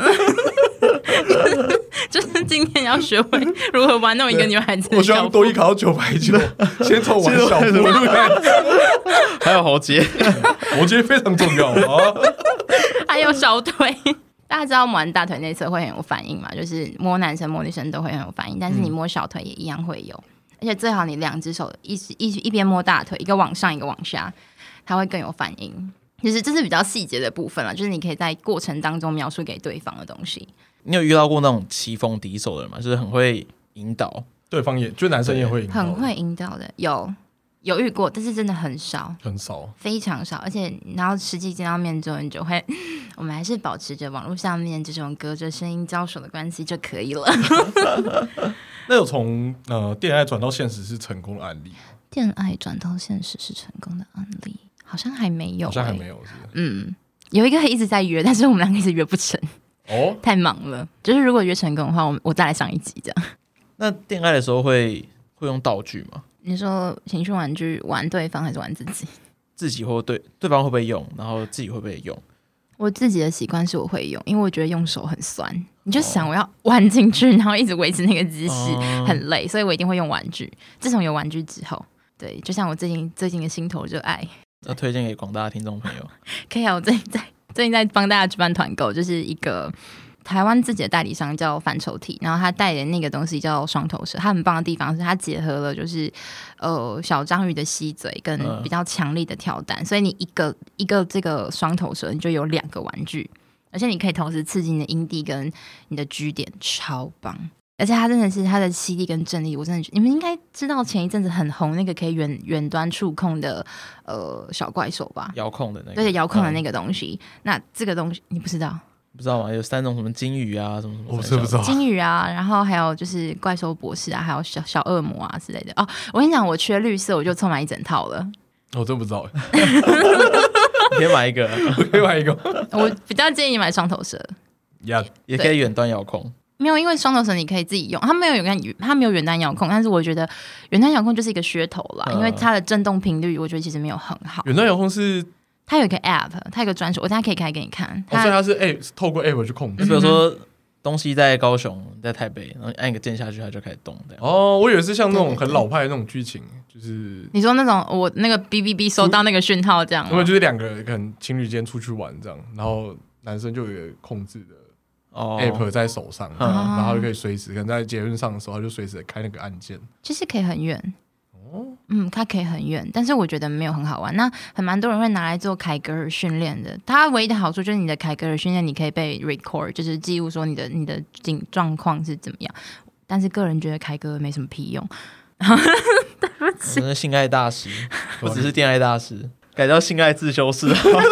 就是今天要学会如何玩弄一个女孩子。 我希望多一考到九百九，先从玩小腹开始， 还有喉结， 喉结非常重要啊， 还有小腿。大家知道玩大腿内侧会很有反应嘛？就是摸男生摸女生都会很有反应，但是你摸小腿也一样会有，而且最好你两只手一一一边摸大腿，一个往上一个往下，它会更有反应。其实这是比较细节的部分了，就是你可以在过程当中描述给对方的东西。 你有遇到过那种棋逢敌手的人吗？就是很会引导对方也，就男生也会引导， 很会引导的，有。有遇过，但是真的很少， 很少， 非常少。而且，然后实际见到面之后，你就会，我们还是保持着网络上面这种隔着声音交手的关系就可以了。 那有从呃恋爱转到现实是成功的案例吗？ 恋爱转到现实是成功的案例，好像还没有、欸， 好像还没有是不是？ 嗯，有一个一直在约，但是我们两个一直约不成。哦，太忙了。就是如果约成功的话，我我再来上一集这样。 那恋爱的时候会会用道具吗？ 你说情绪玩具玩对方还是玩自己？ 自己或对对方会不会用，然后自己会不会用？ 我自己的习惯是我会用，因为我觉得用手很酸。你就想我要玩进去，然后一直维持那个姿势，哦、很累，所以我一定会用玩具。自从有玩具之后，对，就像我最近最近的心头热爱， 要推荐给广大的听众朋友。 可以啊，我最近在最近在帮大家举办团购，就是一个。台湾自己的代理商叫范畴体，然后他带的那个东西叫双头蛇。它很棒的地方是它结合了就是呃小章鱼的吸嘴跟比较强力的跳蛋，所以你一个一个这个双头蛇你就有两个玩具，而且你可以同时刺激你的阴蒂跟你的 G 点，超棒。而且它真的是它的吸力跟震力，我真的你们应该知道前一阵子很红那个可以远远端触控的呃小怪兽吧？ 遥控的那个， 对，遥控的那个东西。嗯、那这个东西你不知道？ 不知道吗？有三种什么金鱼啊，什么什么， 我是不知道。 金鱼啊，然后还有就是怪兽博士啊，还有小小恶魔啊之类的。哦，我跟你讲，我缺绿色，我就凑满一整套了。 我真不知道。 你可以买一个， 我可以买一个。 我比较建议你买双头蛇， 也、yeah. 也可以远端遥控。 没有，因为双头蛇你可以自己用，它没有远端，它没有远端遥控，但是我觉得远端遥控就是一个噱头啦，嗯、因为它的震动频率我觉得其实没有很好。 远端遥控是。 它有一个 app， 它有一个专属，我等一下可以开给你看。 哦、所以它是 app 透过 app 去控制。 比如说东西在高雄，在台北，然后按一个键下去，它就开始动。 哦，我以为是像那种很老派的那种剧情，就是你说那种我那个 B B B 收到那个讯号这样， 因为就是两个人可能情侣间出去玩这样，然后男生就有一个控制的 app 在手上，哦、然后就可以随时可能在捷运上的时候，他就随时开那个按键， 其实可以很远。嗯，它可以很远，但是我觉得没有很好玩。那很蛮多人会拿来做凯格尔训练的。它唯一的好处就是你的凯格尔训练，你可以被 record， 就是记录说你的你的状况是怎么样。但是个人觉得凯格尔没什么屁用。对不起， 我是性爱大师，我只是恋爱大师。 改叫性爱自修室。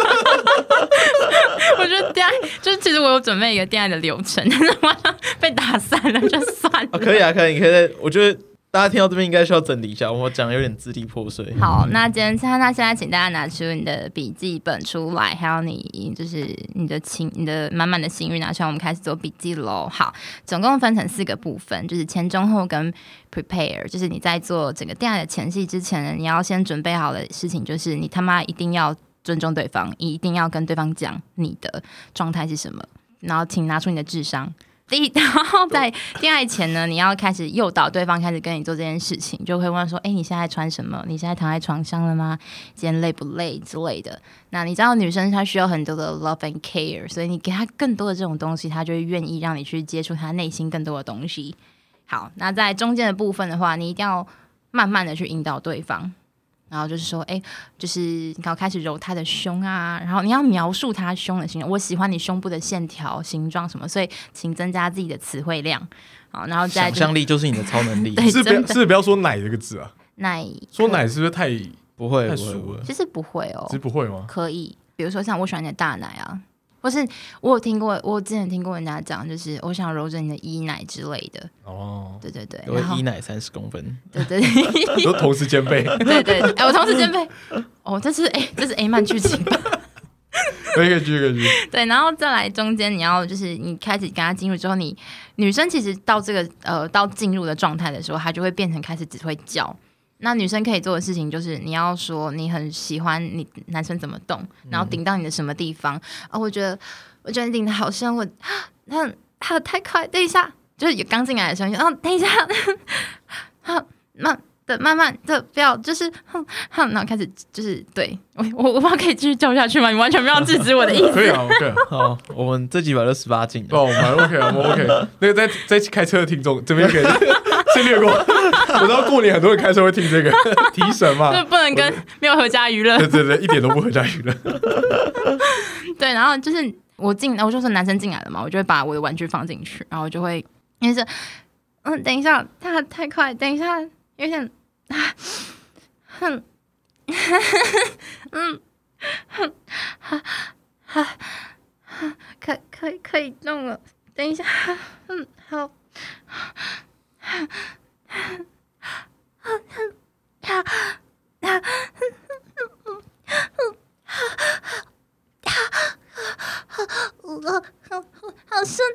我觉得恋爱就是其实我有准备一个恋爱的流程，被打散了就算了。 啊、可以啊，可以，可以。我觉得大家听到这边应该需要整理一下，我讲有点支离破碎。 好，那今天那现在请大家拿出你的笔记本出来，还有你就是你的情你的满满的心语拿出来，我们开始做笔记喽。好，总共分成四个部分，就是前中后跟 prepare， 就是你在做整个恋爱的前戏之前呢，你要先准备好的事情就是你他妈一定要尊重对方，一定要跟对方讲你的状态是什么，然后请拿出你的智商。第一，然后在恋爱前呢，你要开始诱导对方开始跟你做这件事情，就会问说：“哎，你现在穿什么？你现在躺在床上了吗？今天累不累之类的。”那你知道女生她需要很多的 love and care， 所以你给她更多的这种东西，她就会愿意让你去接触她内心更多的东西。好，那在中间的部分的话，你一定要慢慢的去引导对方。然后就是说，哎，就是你要开始揉他的胸啊，然后你要描述他胸的形状，我喜欢你胸部的线条、形状什么，所以请增加自己的词汇量。好，然后再想象力就是你的超能力。 是不要是不要说奶这个字啊， 奶说奶是不是太不会太俗了？ 其实不会哦， 其实不会吗？ 可以，比如说像我喜欢你的大奶啊。或是我有听过，我之前听过人家讲，就是我想揉着你的衣奶之类的。哦，对对对， 我衣奶三十公分， 对对对， 都同时兼备。 对对对，哎，我同时兼备。哦，这是哎，这是 A 漫剧情吧？ 可以可以可以。 对，然后再来中间，你要就是你开始跟他进入之后，你女生其实到这个呃到进入的状态的时候，她就会变成开始只会叫。那女生可以做的事情就是你要说你很喜欢你男生怎么动，然后顶到你的什么地方啊、哦？我觉得我觉得你顶的好深，我那还有太快，等一下，就是有刚进来的时候，哦，等一下，好慢的慢慢的不要就是哼哼，然后开始就是对我我我不知道可以继续叫下去吗？你完全没有制止我的意思。 可以啊 ，OK， 好，我们这几百六十八禁， 哦，我们 OK 啊，我们 OK。那个在在开车的听众这边可以先略过。我知道过年很多人开车会听这个提神嘛， 就不能跟没有合家娱乐。 对对对，一点都不合家娱乐。 对，然后就是我进，我就说男生进来了嘛，我就会把我的玩具放进去，然后我就会因为是嗯，等一下，他太快，等一下，有点啊，哼，嗯，哼，哈哈，可可以可以动了，等一下，嗯，好。好深，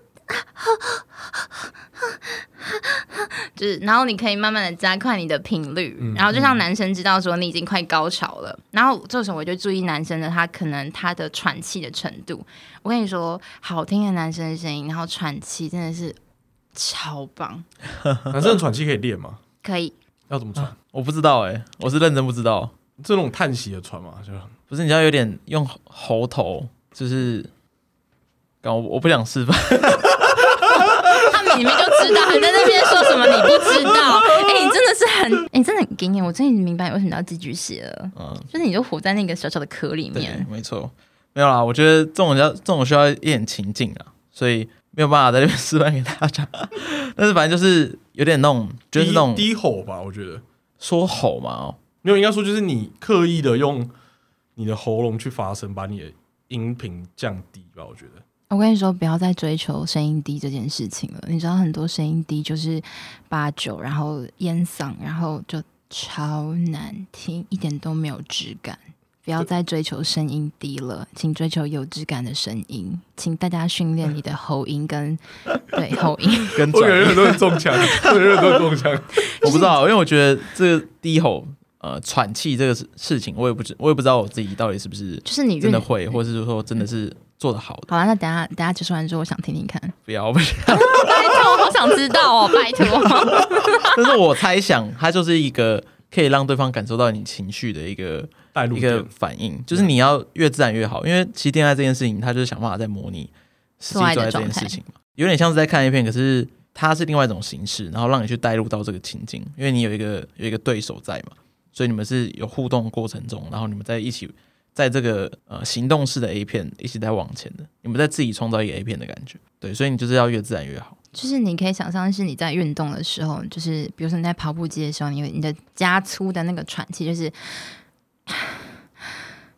就是，然后你可以慢慢的加快你的频率，嗯、然后就让男生知道说你已经快高潮了。嗯、然后这时候我就注意男生的他可能他的喘气的程度。我跟你说，好听的男生的声音，然后喘气真的是超棒。 男生的喘气可以练吗？ 可以。 要怎么喘？ 啊、我不知道哎、欸，我是认真不知道。 这种叹息的喘嘛，就不是你要有点用喉头，就是我我不想示范。 他明明就知道，还在那边说什么你不知道？哎、欸，你真的是很，哎、欸，真的很惊艳。我终于明白为什么要寄居蟹了。嗯，就是你就活在那个小小的壳里面。 没错，没有啦。我觉得这种要这种需要一点情境啊，所以没有办法在那边示范给大家。但是反正就是有点那种，就是那种低吼吧，我觉得说吼嘛哦。 没有，应该说就是你刻意的用你的喉咙去发声，把你的音频降低吧。我觉得， 我跟你说，不要再追求声音低这件事情了。你知道很多声音低就是八九，然后烟嗓，然后就超难听，一点都没有质感。不要再追求声音低了，请追求有质感的声音。请大家训练你的喉音跟对喉音跟转音。我感觉很多人中枪，我感觉很多人中枪。 我不知道，因为我觉得这个低吼。呃，喘气这个事情，我也不知，我也不知道我自己到底是不是就是你真的会，或者是说真的是做得好的。 好了，那等一下等一下结束完之后，我想听听看。 不要，不要， 拜托，我好想知道哦，拜托。 但是我猜想，它就是一个可以让对方感受到你情绪的一个一个反应，就是你要越自然越好。因为其实恋爱这件事情，它就是想办法在模拟实际做爱这件事情嘛，有点像是在看一片，可是它是另外一种形式，然后让你去带入到这个情境，因为你有一个有一个对手在嘛。所以你们是有互动的过程中，然后你们在一起，在这个呃行动式的 A 片一起在往前的，你们在自己创造一个 A 片的感觉，对，所以你就是要越自然越好。 就是你可以想象是你在运动的时候，就是比如说你在跑步机的时候，你你的加粗的那个喘气，就是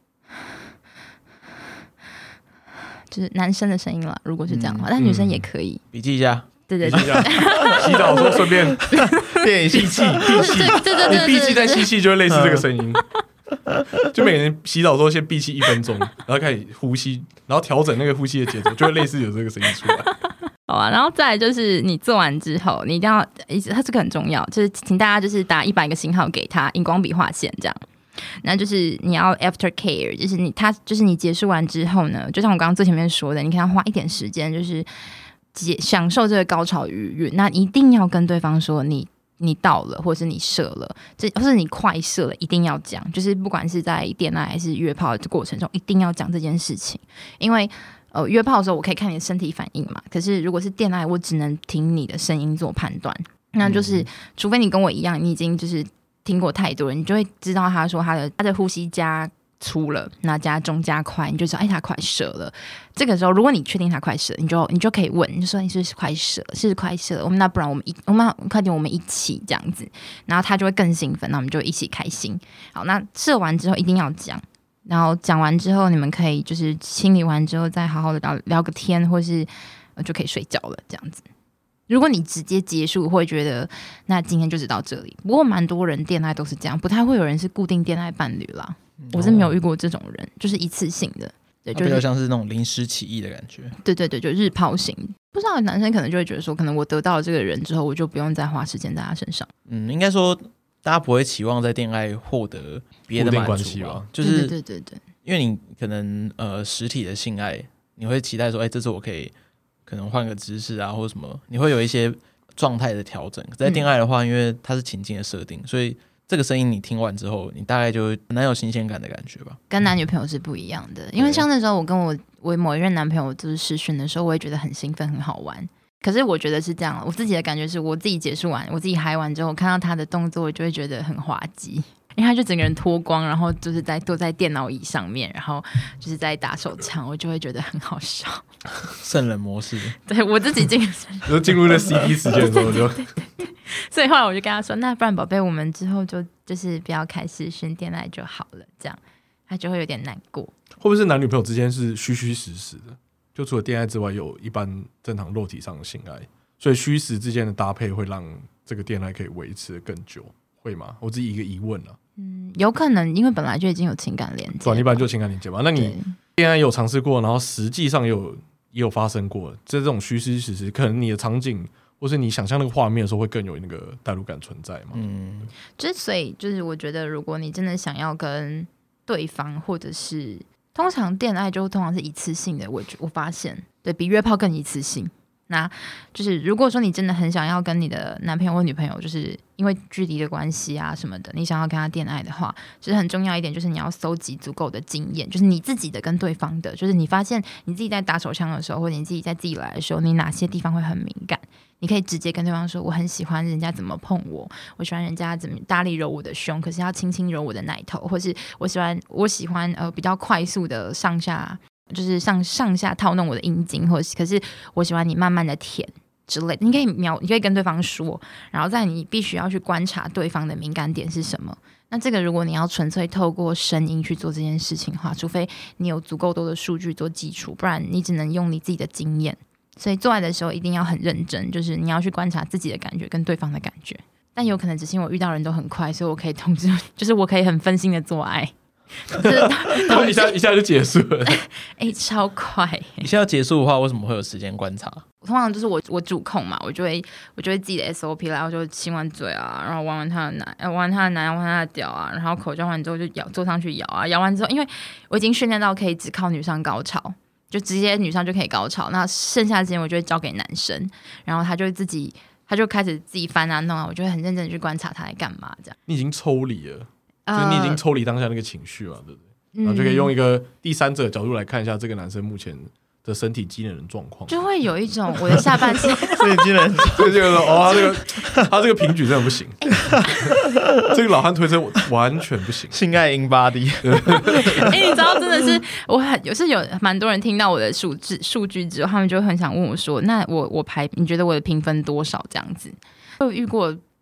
就是男生的声音啦，如果是这样的话，嗯、但女生也可以。 笔记一下。 对对对， 洗澡的时候顺便练吸气，闭气， 对对对， 你闭气再吸气就会类似这个声音。就每个人洗澡的时候先闭气一分钟，然后开始呼吸，然后调整那个呼吸的节奏，就会类似有这个声音出来。 好啊，然后再来就是你做完之后，你一定要，它这个很重要，就是请大家就是打一百个星号给他，荧光笔画线这样。那就是你要 after care， 就是你他就是你结束完之后呢，就像我刚刚最前面说的，你可以要花一点时间，就是享受这个高潮余韵。那一定要跟对方说你你到了，或是你射了，这或是你快射了，一定要讲。就是不管是在恋爱还是约炮的过程中，一定要讲这件事情，因为。呃，约炮的时候我可以看你的身体反应嘛，可是如果是恋爱，我只能听你的声音做判断。那就是，除非你跟我一样，你已经就是听过太多了，你就会知道他说他的他的呼吸加粗了，那加重加快，你就说哎他快射了。这个时候，如果你确定他快射，你就你就可以问，你就说你是不是快射了，是快射了，我们那不然我们一我们快点我们一起这样子，然后他就会更兴奋，那我们就一起开心。好，那射完之后一定要讲。然后讲完之后，你们可以就是清理完之后，再好好的聊聊个天，或是、呃、就可以睡觉了这样子。如果你直接结束，会觉得那今天就只到这里。不过蛮多人恋爱都是这样，不太会有人是固定恋爱伴侣啦。嗯、我是没有遇过这种人，就是一次性的，对，就是、 比较像是那种临时起意的感觉。 对对对，就日抛型。不知道男生可能就会觉得说，可能我得到了这个人之后，我就不用再花时间在他身上。 嗯，应该说。大家不会期望在恋爱获得别的满足吧？就是对对对对， 因为你可能呃实体的性爱，你会期待说，哎、欸，这次我可以可能换个姿势啊，或者什么，你会有一些状态的调整。在恋爱的话，因为它是情境的设定，所以这个声音你听完之后，你大概就很难有新鲜感的感觉吧。 跟男女朋友是不一样的，因为像那时候我跟我我某一任男朋友就是视讯的时候，我也觉得很兴奋，很好玩。可是我觉得是这样，我自己的感觉是我自己结束完，我自己嗨完之后，看到他的动作，我就会觉得很滑稽，因为他就整个人脱光，然后就是在坐在电脑椅上面，然后就是在打手枪，我就会觉得很好笑。 圣人模式， 对我自己进入进入了 C P 时间的时候就， 对对对对，所以后来我就跟他说，那不然宝贝，我们之后就就是不要开视讯恋爱就好了，这样他就会有点难过。 会不会是男女朋友之间是虚虚实实的？就除了恋爱之外，有一般正常肉体上的性爱，所以虚实之间的搭配会让这个恋爱可以维持得更久，会吗？我自己一个疑问啊。 嗯，有可能，因为本来就已经有情感连接， 对，一般就情感连接嘛。那你恋爱有尝试过，然后实际上也有也有发生过，这这种虚虚实实，可能你的场景或是你想象那个画面的时候，会更有那个代入感存在嘛。嗯， 之所以就是我觉得，如果你真的想要跟对方，或者是通常恋爱就通常是一次性的，我我发现对比约炮更一次性。那就是如果说你真的很想要跟你的男朋友或女朋友，就是因为距离的关系啊什么的，你想要跟他恋爱的话，其实很重要一点就是你要搜集足够的经验，就是你自己的跟对方的，就是你发现你自己在打手枪的时候，或者你自己在自己来的时候，你哪些地方会很敏感，你可以直接跟对方说，我很喜欢人家怎么碰我，我喜欢人家怎么大力揉我的胸，可是要轻轻揉我的奶头，或是我喜欢我喜欢呃比较快速的上下。就是上上下套弄我的阴茎，或是可是我喜欢你慢慢的舔之类的，你可以描，你可以跟对方说，然后再你必须要去观察对方的敏感点是什么。那这个如果你要纯粹透过声音去做这件事情的话，除非你有足够多的数据做基础，不然你只能用你自己的经验。所以做爱的时候一定要很认真，就是你要去观察自己的感觉跟对方的感觉。但有可能只是因为我遇到人都很快，所以我可以同时，就是我可以很分心的做爱。 就是一下一下就结束了， 哎、欸，超快、欸！ 一下要结束的话，为什么会有时间观察？ 通常就是我我主控嘛，我就会我就会自己的 S O P 来，我就亲完嘴啊，然后玩完他的奶，玩完他的奶，玩完他的屌啊，然后口交完之后就咬，坐上去咬啊，咬完之后，因为我已经训练到可以只靠女上高潮，就直接女上就可以高潮，那剩下的时间我就会交给男生，然后他就会自己，他就开始自己翻啊弄啊，我就会很认真的去观察他在干嘛，这样。 你已经抽离了。就是你已经抽离当下那个情绪嘛，对不对？然后就可以用一个第三者的角度来看一下这个男生目前的身体机能的状况， 就会有一种我的下半身身体机能， 这个就是哦，他这个他这个平举真的不行，这个老汉推车完全不行， 性爱 in body。 哎、欸，你知道真的是我很有是有蛮多人听到我的数字数据之后，他们就很想问我说，那我我排你觉得我的评分多少这样子？我有遇过。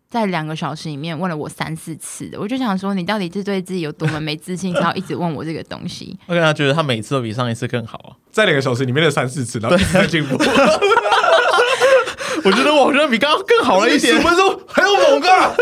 在两个小时里面问了我三四次的，我就想说，你到底是对自己有多么没自信，才要一直问我这个东西？ 我跟他觉得他每次都比上一次更好啊， 在两个小时里面的三四次，然后一直在进步。 我觉得我好像比刚刚更好了一点， 十分钟还有猛啊！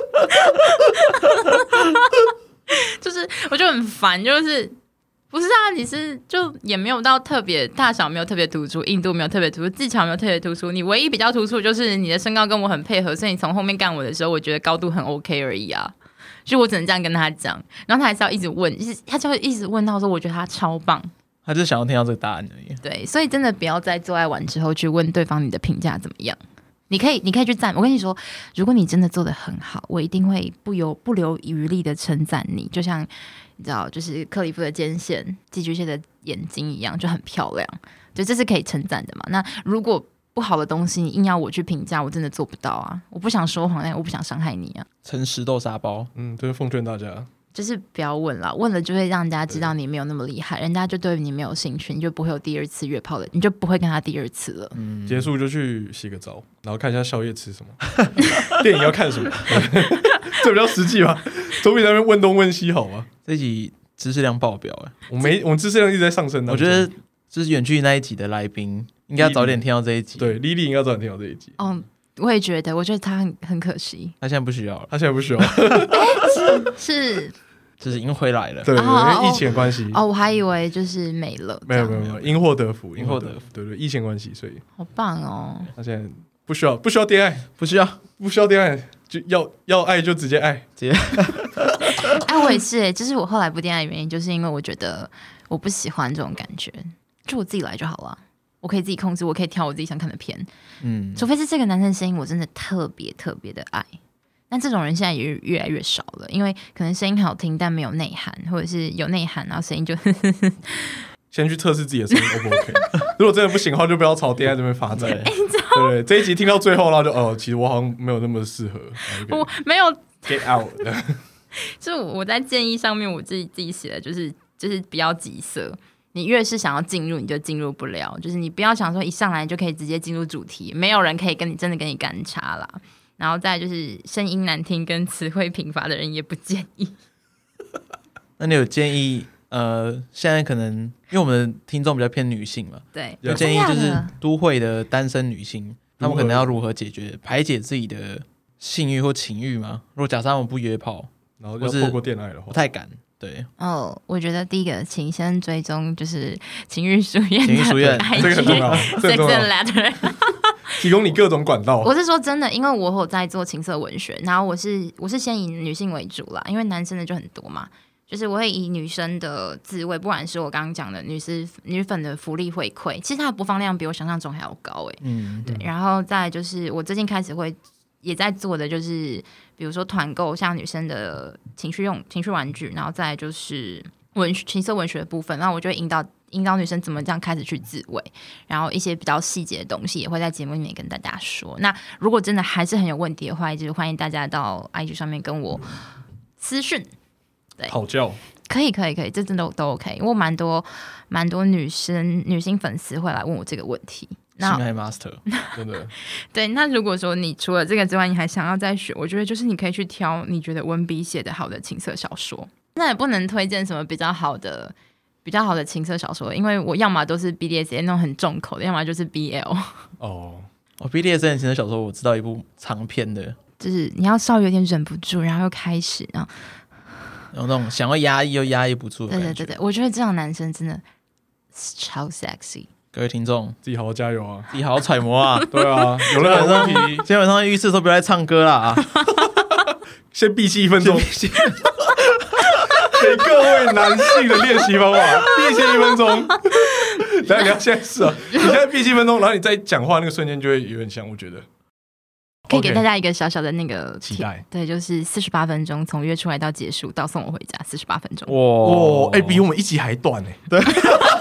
就是我就很烦，就是不是啊？你是就也没有到特别大小没有特别突出，硬度没有特别突出，技巧没有特别突出，你唯一比较突出就是你的身高跟我很配合，所以你从后面干我的时候，我觉得高度很 OK 而已啊。就我只能这样跟他讲，然后他还是要一直问，他就会一直问到说，我觉得他超棒。 他就想要听到这个答案而已。 对，所以真的不要在做爱完之后去问对方你的评价怎么样。你可以，你可以去赞。我跟你说，如果你真的做得很好，我一定会不由不留余力的称赞你。就像你知道，就是克里夫的肩线、寄居蟹的眼睛一样，就很漂亮。对，这是可以称赞的嘛。那如果不好的东西，你硬要我去评价，我真的做不到啊。我不想说谎，但我不想伤害你啊。 诚实豆沙包， 嗯，就是奉劝大家。 就是不要问了，问了就会让人家知道你没有那么厉害，人家就对你没有兴趣，你就不会有第二次约炮的，你就不会跟他第二次了。 嗯，结束就去洗个澡，然后看一下宵夜吃什么，电影要看什么，这比较实际吧？总比在那边问东问西好吗？ 这一集知识量爆表哎， 我没，我们知识量一直在上升。 我觉得就是远距离那一集的来宾应该要早点听到这一集， 对 ，Lily 应该早点听到这一集。 哦，我也觉得，我觉得他很很可惜， 他现在不需要了， 他现在不需要， 是是。 就是已经回来了， 对对，因为疫情的关系。 哦，我还以为就是没了。 没有没有没有，因祸得福， 因祸得福， 对对，疫情关系，所以好棒哦。 他现在不需要不需要恋爱， 不需要不需要恋爱，就要要爱就直接爱， 直接。 哎，我也是哎，就是我后来不恋爱的原因，就是因为我觉得我不喜欢这种感觉，就我自己来就好了，我可以自己控制，我可以挑我自己想看的片，嗯，除非是这个男生声音我真的特别特别的爱。但这种人现在也越来越少了，因为可能声音好听但没有内涵，或者是有内涵然后声音就先去测试自己的声音 O 不 OK。如果真的不行的话，就不要朝恋爱这边发展。对对，这一集听到最后，然后就哦，其实我好像没有那么适合。 我没有 get out。 就我在建议上面，我自己自己写的就是就是不要急色。你越是想要进入，你就进入不了。就是你不要想说一上来就可以直接进入主题，没有人可以跟你真的跟你干叉啦。然后再来就是声音难听跟词汇贫乏的人也不建议。 那你有建议呃，现在可能因为我们的听众比较偏女性嘛， 对， 有建议就是都会的单身女性，她们可能要如何解决排解自己的性欲或情欲吗？如果假设他们不约炮， 然后要透过恋爱的话， 不太敢。对哦，我觉得第一个，请先追踪就是情欲书院， 情欲书院这个很重要 ，Sex and Letter。 提供你各种管道。 我是说真的，因为我有在做情色文学，然后我是我是先以女性为主啦，因为男生的就很多嘛，就是我会以女生的自慰，不管是我刚刚讲的女士女粉的福利回馈，其实它的播放量比我想象中还要高哎、欸，嗯，对，然后再来就是我最近开始会也在做的就是，比如说团购像女生的情绪用情绪玩具，然后再来就是文情色文学的部分，然后我就会引导。引导女生怎么这样开始去自慰，然后一些比较细节的东西也会在节目里面跟大家说。那如果真的还是很有问题的话，就是欢迎大家到 I G 上面跟我私讯，对， 讨教， 可以可以可以，这真的都 OK。因为我蛮多蛮多女生女性粉丝会来问我这个问题。 那性爱 master 真的对。那如果说你除了这个之外，你还想要再学，我觉得就是你可以去挑你觉得文笔写得好的情色小说。那也不能推荐什么比较好的。比较好的情色小说，因为我要么都是 B D S M 那种很重口的，要么就是 B L。 哦，哦 ，B D S M 情色小说我知道一部长篇的， 就是你要稍微有点忍不住，然后又开始，然后有那种想要压抑又压抑不住的感觉。 对对对对，我觉得这样男生真的超 sexy。 各位听众， 自己好好加油啊， 自己好好揣摩啊。 对啊，有任何问题， 今天晚上浴室都不要再唱歌了啊！ 先闭气一分钟。给各位男性的练习方法，闭气一分钟。等下你要现在试啊，你现在闭气一分钟，然后你在讲话那个瞬间就会有点像，我觉得可以给大家一个小小的那个期待， 对，就是四十八分钟，从约出来到结束到送我回家，四十八分钟。 哇，哎、欸，比我们一集还短哎、欸。对。他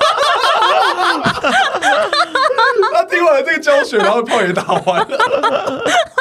听完了这个教学，然后炮也打完了。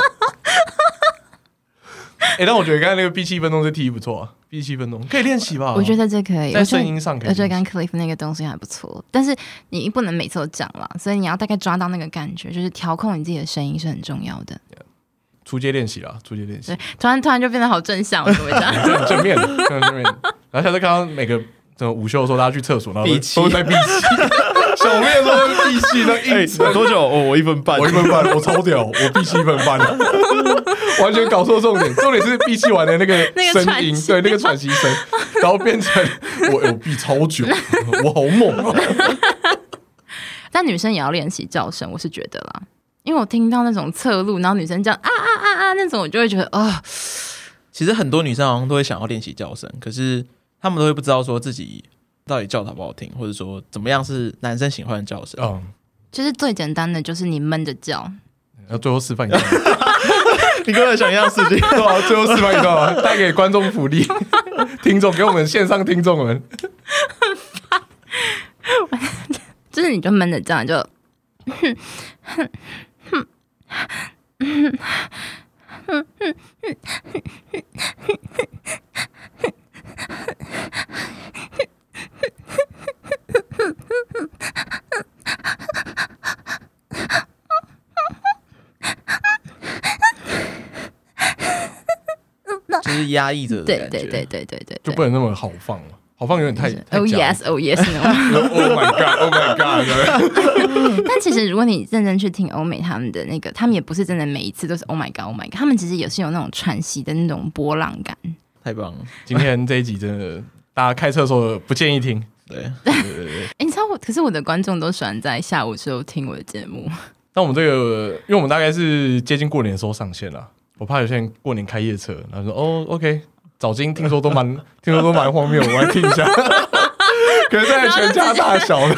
哎、欸，但我觉得刚才那个闭气一分钟这题不错啊，闭气一分钟可以练习吧？ 我觉得这可以， 在声音上可以。 我觉得刚 Cliff 那个东西还不错，但是你不能每次都讲啦，所以你要大概抓到那个感觉，就是调控你自己的声音是很重要的。 出街练习啦，出街练习。 对，突然突然就变得好正向，各位这样很正面，很正面。然后下次看到每个怎么午休的时候，大家去厕所，然后都都在闭气。小妹说闭气，那硬撑、 欸、多久？哦，我一分半， 我一分半，我超屌，我闭气一分半，完全搞错重点。重点是闭气完的那个声音，对，那个喘息声，然后变成我我闭超久，我好猛啊！ 但女生也要练习叫声，我是觉得啦，因为我听到那种侧录，然后女生这样啊啊啊啊那种，我就会觉得啊、呃。 其实很多女生好像都会想要练习叫声，可是她们都会不知道说自己到底叫的好不好听，或者说怎么样是男生喜欢的叫声。嗯， 其实最简单的就是你闷着叫。 要最后示范一下， 你跟我想一样事情， 对啊，最后示范一下，带给观众福利，听众给我们线上听众们。 就是你就闷着叫，你就。 就是压抑着的感觉， 对对对对对对， 就不能那么豪放了。好放有点太太 Oh yes, oh yes 那种。 Oh my god, oh my god 。 但其实如果你认真去听欧美他们的那个，他们也不是真的每一次都是 Oh my god, oh my god， 他们其实也是有那种喘息的那种波浪感。 太棒了！ 今天这一集真的，大家开车的时候不建议听。 对对对对。哎，你知道我，可是我的观众都喜欢在下午的时候听我的节目。 但我们这个，因为我们大概是接近过年的时候上线了，我怕有些人过年開夜車，然後說哦 ，OK， 早金聽說都蠻聽說都蠻荒謬，我來聽一下，可能在全家大小的，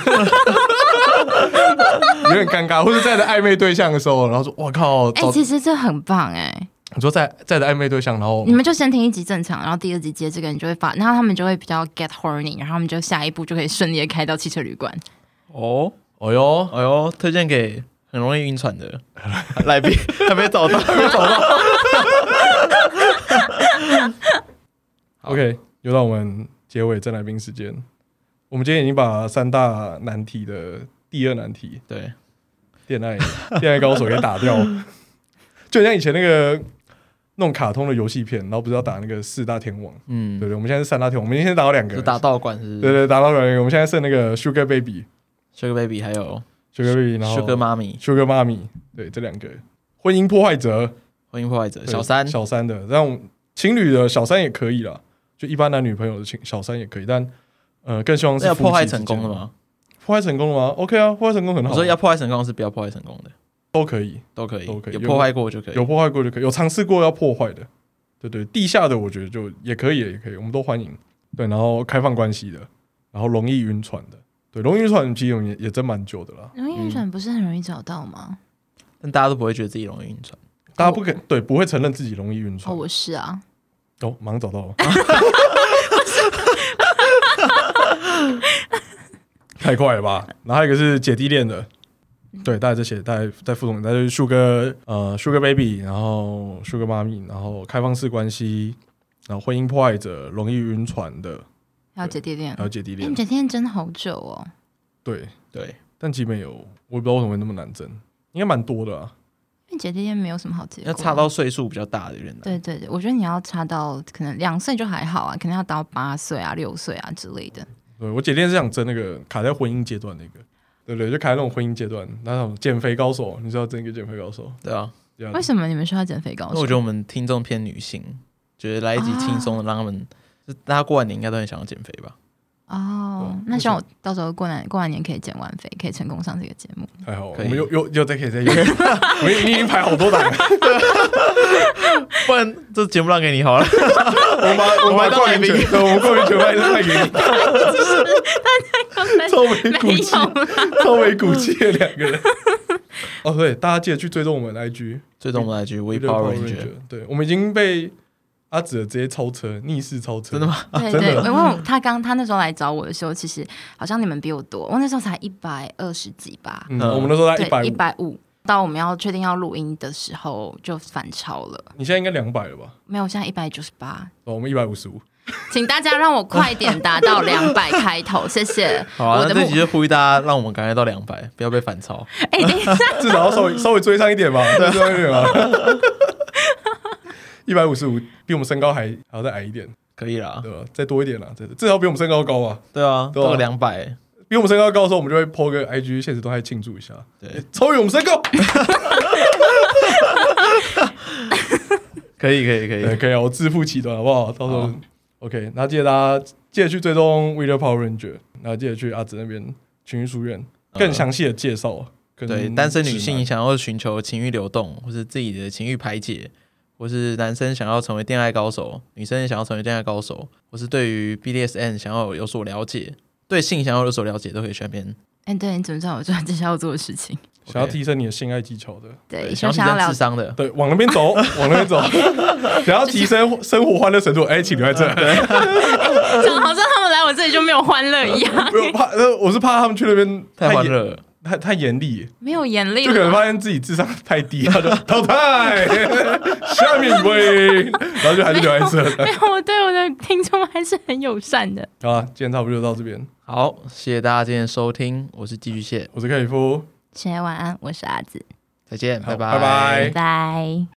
有點尷尬，或者在的曖昧對象的時候，然後說我靠， 哎、欸，其實這很棒哎、欸。 你說在在的曖昧對象，然後你們就先聽一集正常，然後第二集接這個，你就會發，然後他們就會比較 get horny，然後他們就下一步就可以順利的開到汽車旅館。 哦， 哦喲， 哦喲，推薦給很容易暈船的來賓，還沒找到，還沒找到。 OK， 又到我們結尾真來賓時間。我們今天已經把三大難題的第二難題， 對， 戀愛戀愛高手給打掉，就像以前那個那種卡通的遊戲片，然後不是要打那個四大天王，嗯，對對，我們現在是三大天王，我們今天打到兩個， 就打道館是， 對對，打到兩個，我們現在剩那個 Sugar Baby，Sugar Baby 還有 Sugar Baby， 然後 Sugar 媽咪 ，Sugar 媽咪，對，這兩個婚姻破壞者， 婚姻破壞者，小三小三的，然後情侶的小三也可以啦，就一般男女朋友的情小三也可以，但呃，更希望是要破壞成功的嗎？ 破壞成功了嗎 ？OK 啊，破壞成功很好。 我說要破壞成功是不要破壞成功的， 都可以， 都可以， 都可以， 有破壞過就可以， 有破壞過就可以，有嘗試過要破壞的，對對，地下的我覺得就也可以，也可以，我們都歡迎。對，然後開放關係的，然後容易暈船的，對，容易暈船其實也也真蠻久的啦。 容易暈船不是很容易找到嗎？ 嗯、但大家都不會覺得自己容易暈船， 大家不肯、哦、對，不會承認自己容易暈船。 哦，我是啊。 哦，馬上找到了。太快了吧！然後還有一個是姐弟戀的，對，大概這些，大概在副總，大概就是 Sugar 呃 Sugar Baby， 然後 Sugar 媽咪，然後開放式關係，然後婚姻破壞者，容易暈船的， 還有姐弟戀， 還有姐弟戀， 欸、姐弟戀真的好久哦。 對對， 但基本有，我也不知道為什麼會那麼難爭，應該蠻多的啊。 因為姐弟戀沒有什麼好結果， 要差到歲數比較大的人。 對對對，我覺得你要差到可能兩歲就還好啊，可能要到八歲啊、六歲啊之類的。 對，我姐弟戀是想爭那個卡在婚姻階段那個，對不對？就卡在那種婚姻階段，那種減肥高手，你知道爭一個減肥高手？ 對啊。 為什麼你們需要減肥高手？ 因為我覺得我們聽眾偏女性，覺得來一集輕鬆的，讓他們，啊、大家過完年應該都很想要減肥吧。 哦，那希望我到時候過完過完年可以減完肥，可以成功上這個節目。 太好了，我們又又又再可以再有，你已經排好多檔了， 不然這節目讓給你好了。 我把我把過年全，我們過年全賣賣給你，超沒骨氣，超沒骨氣的兩個人。哦，對，大家記得去追蹤我們的 I G， 追蹤我們的 I G， We Power Ranger。 對，我們已經被阿紫直接超車，逆勢超車， 真的嗎？ 對對，因為他剛他那時候來找我的時候，其實好像你們比我多，我那時候才一百二十幾吧。 嗯，我們那時候才一百五， 一百五。到我們要確定要錄音的時候，就反超了。 你現在應該兩百了吧？ 沒有，我現在一百九十八。 哦，我們一百五十五。 請大家讓我快點達到兩百開頭，謝謝。 好啊，那這集就呼籲大家，讓我們趕快到兩百，不要被反超。 哎、欸，等一下， 至少要稍微稍微追上一點吧，追上一點吧。 一百五十五比我们身高还还要再矮一点， 可以啦， 对吧？再多一点啦，至少比我们身高高啊。 对啊，多个两百， 比我们身高高的时候，我们就会 po 个 I G 现实动态庆祝一下，对，超越我们身高。 可以可以可以可以啊，我自负其短好不好？到时候 OK， 那记得大家记得去追踪 We the Power Ranger， 然后记得去阿紫那边情欲书院更详细的介绍。 对，单身女性想要寻求情欲流动，或是自己的情欲排解，或是男生想要成为恋爱高手，女生也想要成为恋爱高手，或是对于 B D S M 想要有所了解，对性想要有所了解，都可以去那边。 哎、欸，对，你怎么知道我做接下来要做的事情？ 想要提升你的性爱技巧的， 对， 想要提升智商的， 对，往那边走，往那边走。想要提升生活欢乐程度，哎、欸，请留在这。 讲好像他们来我这里就没有欢乐一样。 没有怕，我是怕他们去那边太欢乐了。 太太严厉， 没有严厉， 就可能发现自己智商太低，他就淘汰，下面一位，然后就还是留在这。 没有，我对我的听众还是很友善的。 好啊，今天差不多就到这边。 好，谢谢大家今天的收听，我是寄居蟹， 我是克里夫， 深夜晚安，我是阿紫， 再见，拜拜， 拜拜， 拜拜。